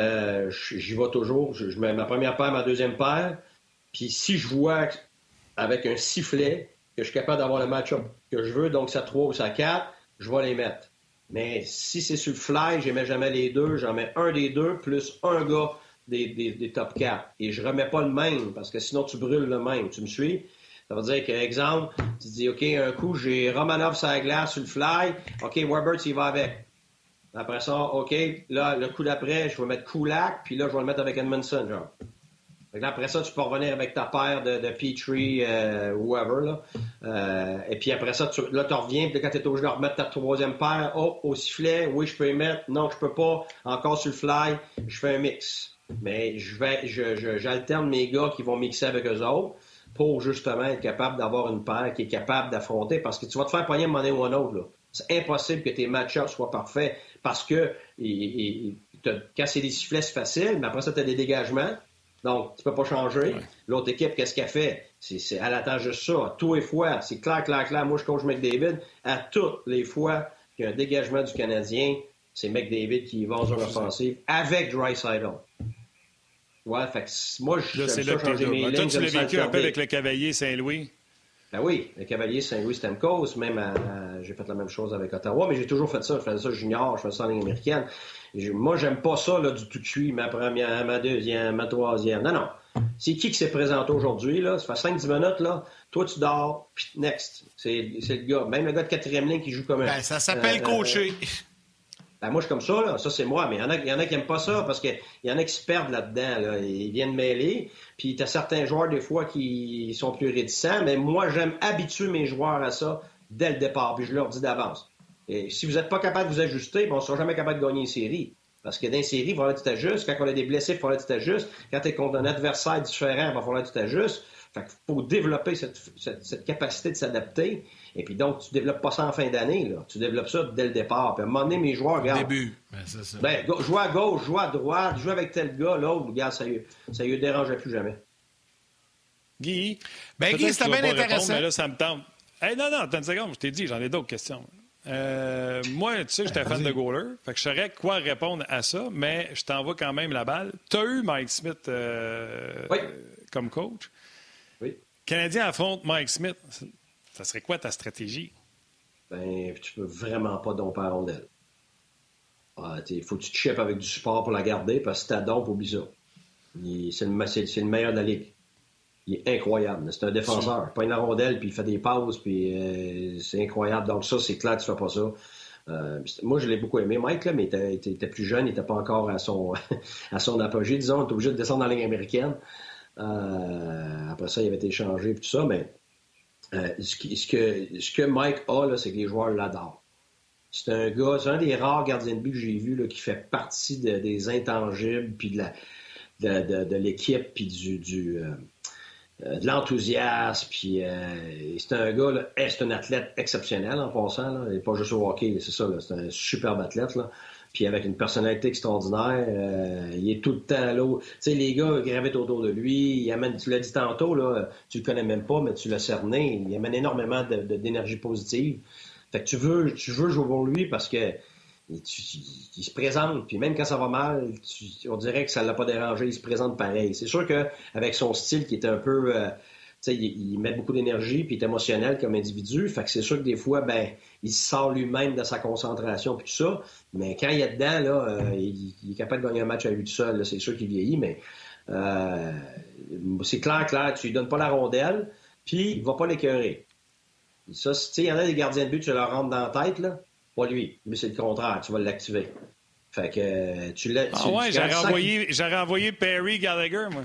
j'y vais toujours. Je mets ma première paire, ma deuxième paire, puis si je vois avec un sifflet que je suis capable d'avoir le match-up que je veux, donc c'est à 3 ou c'est à 4, je vais les mettre. Mais si c'est sur le fly, je mets jamais les deux. J'en mets un des deux plus un gars des top 4. Et je remets pas le même parce que sinon tu brûles le même. Tu me suis? Ça veut dire que, exemple, tu dis, OK, un coup, j'ai Romanov sur la glace sur le fly. OK, Weber, tu y vas avec. Après ça, OK, là, le coup d'après, je vais mettre Kulak, puis là, je vais le mettre avec Edmondson, genre. Fait que là, après ça, tu peux revenir avec ta paire de Petrie, whoever, là. Et puis après ça, tu reviens, puis quand tu es obligé de remettre ta troisième paire, au sifflet, oui, je peux y mettre, non, je peux pas, encore sur le fly, je fais un mix. Mais j'alterne mes gars qui vont mixer avec eux autres pour justement être capable d'avoir une paire qui est capable d'affronter, parce que tu vas te faire pogner un moment donné ou un autre, là. C'est impossible que tes match-ups soient parfaits parce que quand c'est des sifflets, c'est facile, mais après ça, tu as des dégagements. Donc, tu peux pas changer. Ouais. L'autre équipe, qu'est-ce qu'elle fait? Elle attend juste ça. À tous les fois, c'est clair. Moi, je coach McDavid. À toutes les fois qu'il y a un dégagement du Canadien, c'est McDavid qui va en zone offensive avec Draisaitl. Ouais, fait que moi, j'aime ça changer mes lignes. Toi, tu l'as vécu un peu avec le Cavalier Saint-Louis. Ben oui, le Cavalier Saint-Louis Stamkos, même j'ai fait la même chose avec Ottawa, mais j'ai toujours fait ça. Je faisais ça junior, je faisais ça en ligne américaine. Moi, j'aime pas ça là, du tout cuit, ma première, ma deuxième, ma troisième. Non. C'est qui s'est présenté aujourd'hui, là? Ça fait 5-10 minutes, là. Toi, tu dors, puis next. C'est le gars. Même le gars de quatrième ligne qui joue comme un... Ben, ça s'appelle coacher. Ben, moi, je suis comme ça, là. Ça, c'est moi. Mais il y en a qui n'aiment pas ça parce qu'il y en a qui se perdent là-dedans, là. Ils viennent mêler. Puis, tu as certains joueurs, des fois, qui sont plus réticents. Mais moi, j'aime habituer mes joueurs à ça dès le départ. Puis, je leur dis d'avance. Et si vous n'êtes pas capable de vous ajuster, on ne sera jamais capable de gagner une série. Parce que dans une série, il va falloir que tu t'ajustes. Quand on a des blessés, il va falloir que tu t'ajustes. Quand tu es contre un adversaire différent, il va falloir que tu t'ajustes. Fait qu'il faut développer cette capacité de s'adapter. Et puis donc, tu ne développes pas ça en fin d'année. Là. Tu développes ça dès le départ. Puis à un moment donné, mes joueurs, regarde. Au début. Ben, c'est ça. Ben, joue à gauche, joue à droite, joue avec tel gars, l'autre, regarde, ça ne lui dérangeait plus jamais. Guy, Guy, c'était bien intéressant. Répondre, mais là, ça me tente. Hey, non, attends une seconde, je t'ai dit, j'en ai d'autres questions. Moi, tu sais, j'étais fan de goaler. Fait que je saurais quoi répondre à ça, mais je t'envoie quand même la balle. Tu as eu Mike Smith comme coach. Oui. Canadien affronte Mike Smith. Ça serait quoi ta stratégie? Ben, tu peux vraiment pas domper la rondelle. Il faut que tu te chipes avec du support pour la garder, parce que si t'as dompe, oublie ça. C'est le meilleur de la ligue. Il est incroyable. C'est un défenseur. Il pogne la rondelle, puis il fait des passes, puis c'est incroyable. Donc ça, c'est clair que tu fais pas ça. Moi, je l'ai beaucoup aimé, Mike, là, mais il était plus jeune, il n'était pas encore à son apogée. Disons, il était obligé de descendre dans la ligne américaine. Après ça, il avait été échangé, puis tout ça, mais ce que Mike a, là, c'est que les joueurs l'adorent. C'est un des rares gardiens de but que j'ai vu là, qui fait partie des intangibles, puis de l'équipe, puis de l'enthousiasme, puis c'est un gars, là, c'est un athlète exceptionnel en passant, là. Il n'est pas juste au hockey, c'est ça, là, c'est un superbe athlète, là. Puis avec une personnalité extraordinaire, il est tout le temps là. Tu sais, les gars gravitent autour de lui, il amène, tu l'as dit tantôt, là, tu le connais même pas, mais tu l'as cerné, il amène énormément d'énergie positive. Fait que tu veux jouer pour lui parce que il se présente, puis même quand ça va mal, on dirait que ça ne l'a pas dérangé, il se présente pareil. C'est sûr qu'avec son style qui est un peu... tu sais, il met beaucoup d'énergie, puis il est émotionnel comme individu, fait que c'est sûr que des fois, il sort lui-même de sa concentration, puis tout ça, mais quand il est dedans, là, il est capable de gagner un match à lui tout seul, là, c'est sûr qu'il vieillit, mais c'est clair, tu lui donnes pas la rondelle, puis il va pas l'écœurer. Ça, tu sais, il y en a des gardiens de but, tu leur rentres dans la tête, là. Pas lui, mais c'est le contraire, tu vas l'activer. Fait que tu l'as. J'aurais envoyé Perry Gallagher, moi.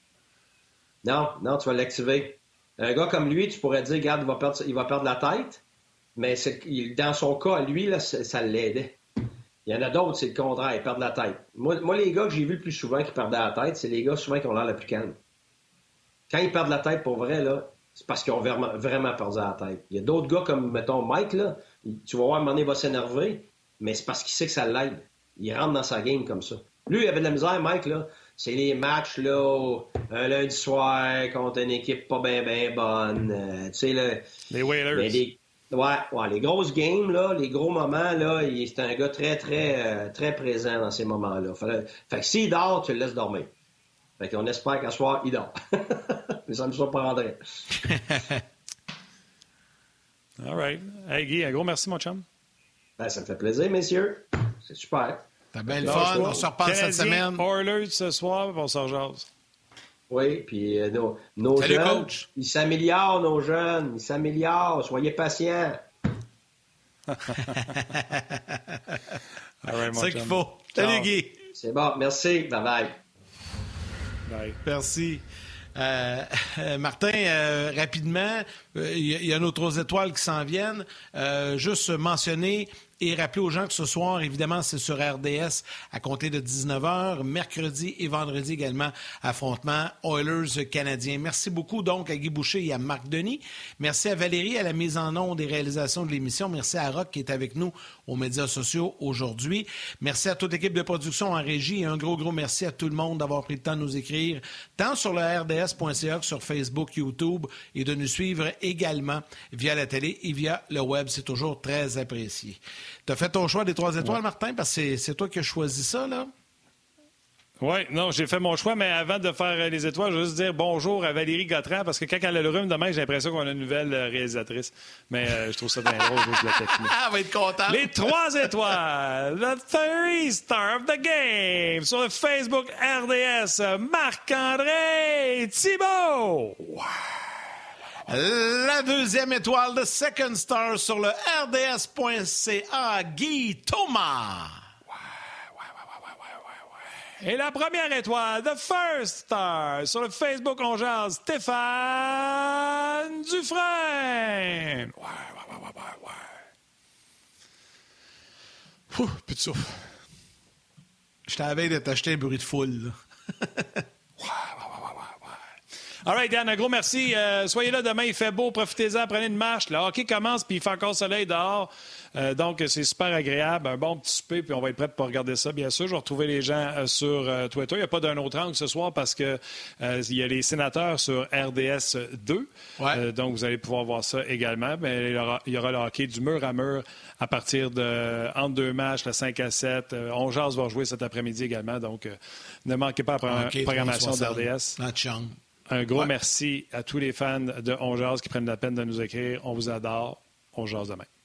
Non, tu vas l'activer. Un gars comme lui, tu pourrais dire, regarde, il va perdre la tête, mais dans son cas, lui, là, ça l'aidait. Il y en a d'autres, c'est le contraire, ils perdent la tête. Moi, les gars que j'ai vus le plus souvent qui perdaient la tête, c'est les gars souvent qui ont l'air le plus calme. Quand ils perdent la tête pour vrai, là, c'est parce qu'ils ont vraiment, vraiment perdu la tête. Il y a d'autres gars comme, mettons, Mike, là, tu vas voir, à un moment donné, il va s'énerver, mais c'est parce qu'il sait que ça l'aide. Il rentre dans sa game comme ça. Lui, il avait de la misère, Mike, là. C'est les matchs, là, un lundi soir contre une équipe pas bien bonne. Tu sais, les Whalers. Les grosses games, là, les gros moments, là, c'est un gars très, très, très présent dans ces moments-là. Fait que s'il dort, tu le laisses dormir. Fait qu'on espère qu'à soir, il dort. Mais ça me surprendrait. All right. Hey, Guy, un gros merci, mon chum. Ben, ça me fait plaisir, messieurs. C'est super. T'as bien le fun. On se reparle cette semaine. Oilers ce soir, on s'en jase. Oui, puis nos Salut, jeunes, coach. Ils s'améliorent, nos jeunes. Ils s'améliorent. Soyez patients. C'est ça qu'il faut. Salut, Guy. C'est bon. Merci. Bye-bye. Bye. Merci. Martin, rapidement, il y a nos 3 étoiles qui s'en viennent. Juste mentionner et rappeler aux gens que ce soir, évidemment, c'est sur RDS à compter de 19h. Mercredi et vendredi également, affrontement Oilers-Canadiens. Merci beaucoup donc à Guy Boucher et à Marc Denis. Merci à Valérie à la mise en onde et réalisation de l'émission. Merci à Rock qui est avec nous aux médias sociaux aujourd'hui. Merci à toute l'équipe de production en régie et un gros merci à tout le monde d'avoir pris le temps de nous écrire, tant sur le RDS.ca que sur Facebook, YouTube et de nous suivre également via la télé et via le web. C'est toujours très apprécié. Tu as fait ton choix des 3 étoiles, Martin, parce que c'est toi qui as choisi ça, là? Oui, non, j'ai fait mon choix, mais avant de faire les étoiles, je veux juste dire bonjour à Valérie Gautran, parce que quand elle a le rhume, demain, j'ai l'impression qu'on a une nouvelle réalisatrice. Mais je trouve ça bien drôle, je la taquiner. Elle va être contente. Les 3 étoiles, the 3 star of the game, sur le Facebook RDS, Marc-André Thibault. Wow. La 2e étoile, the second star sur le RDS.ca, Guy Thomas. Et la première étoile, the first star, sur le Facebook On Jase, Stéphane Dufresne. Plus de souffle. Je t'avais de t'acheter un bruit de foule, là. All right, Dan, un gros merci. Soyez là demain, il fait beau, profitez-en, prenez une marche. Le hockey commence, puis il fait encore soleil dehors. Donc, c'est super agréable. Un bon petit souper, puis on va être prêts pour regarder ça, bien sûr. Je vais retrouver les gens sur Twitter. Il n'y a pas d'un autre angle ce soir parce que il y a les sénateurs sur RDS 2. Ouais. Donc, vous allez pouvoir voir ça également. Mais il y aura le hockey du mur à mur à partir de entre 2 matchs, le 5 à 7. On jase va jouer cet après-midi également. Donc, ne manquez pas la programmation d'RDS. Un gros merci à tous les fans de On Jase qui prennent la peine de nous écrire. On vous adore. On jase demain.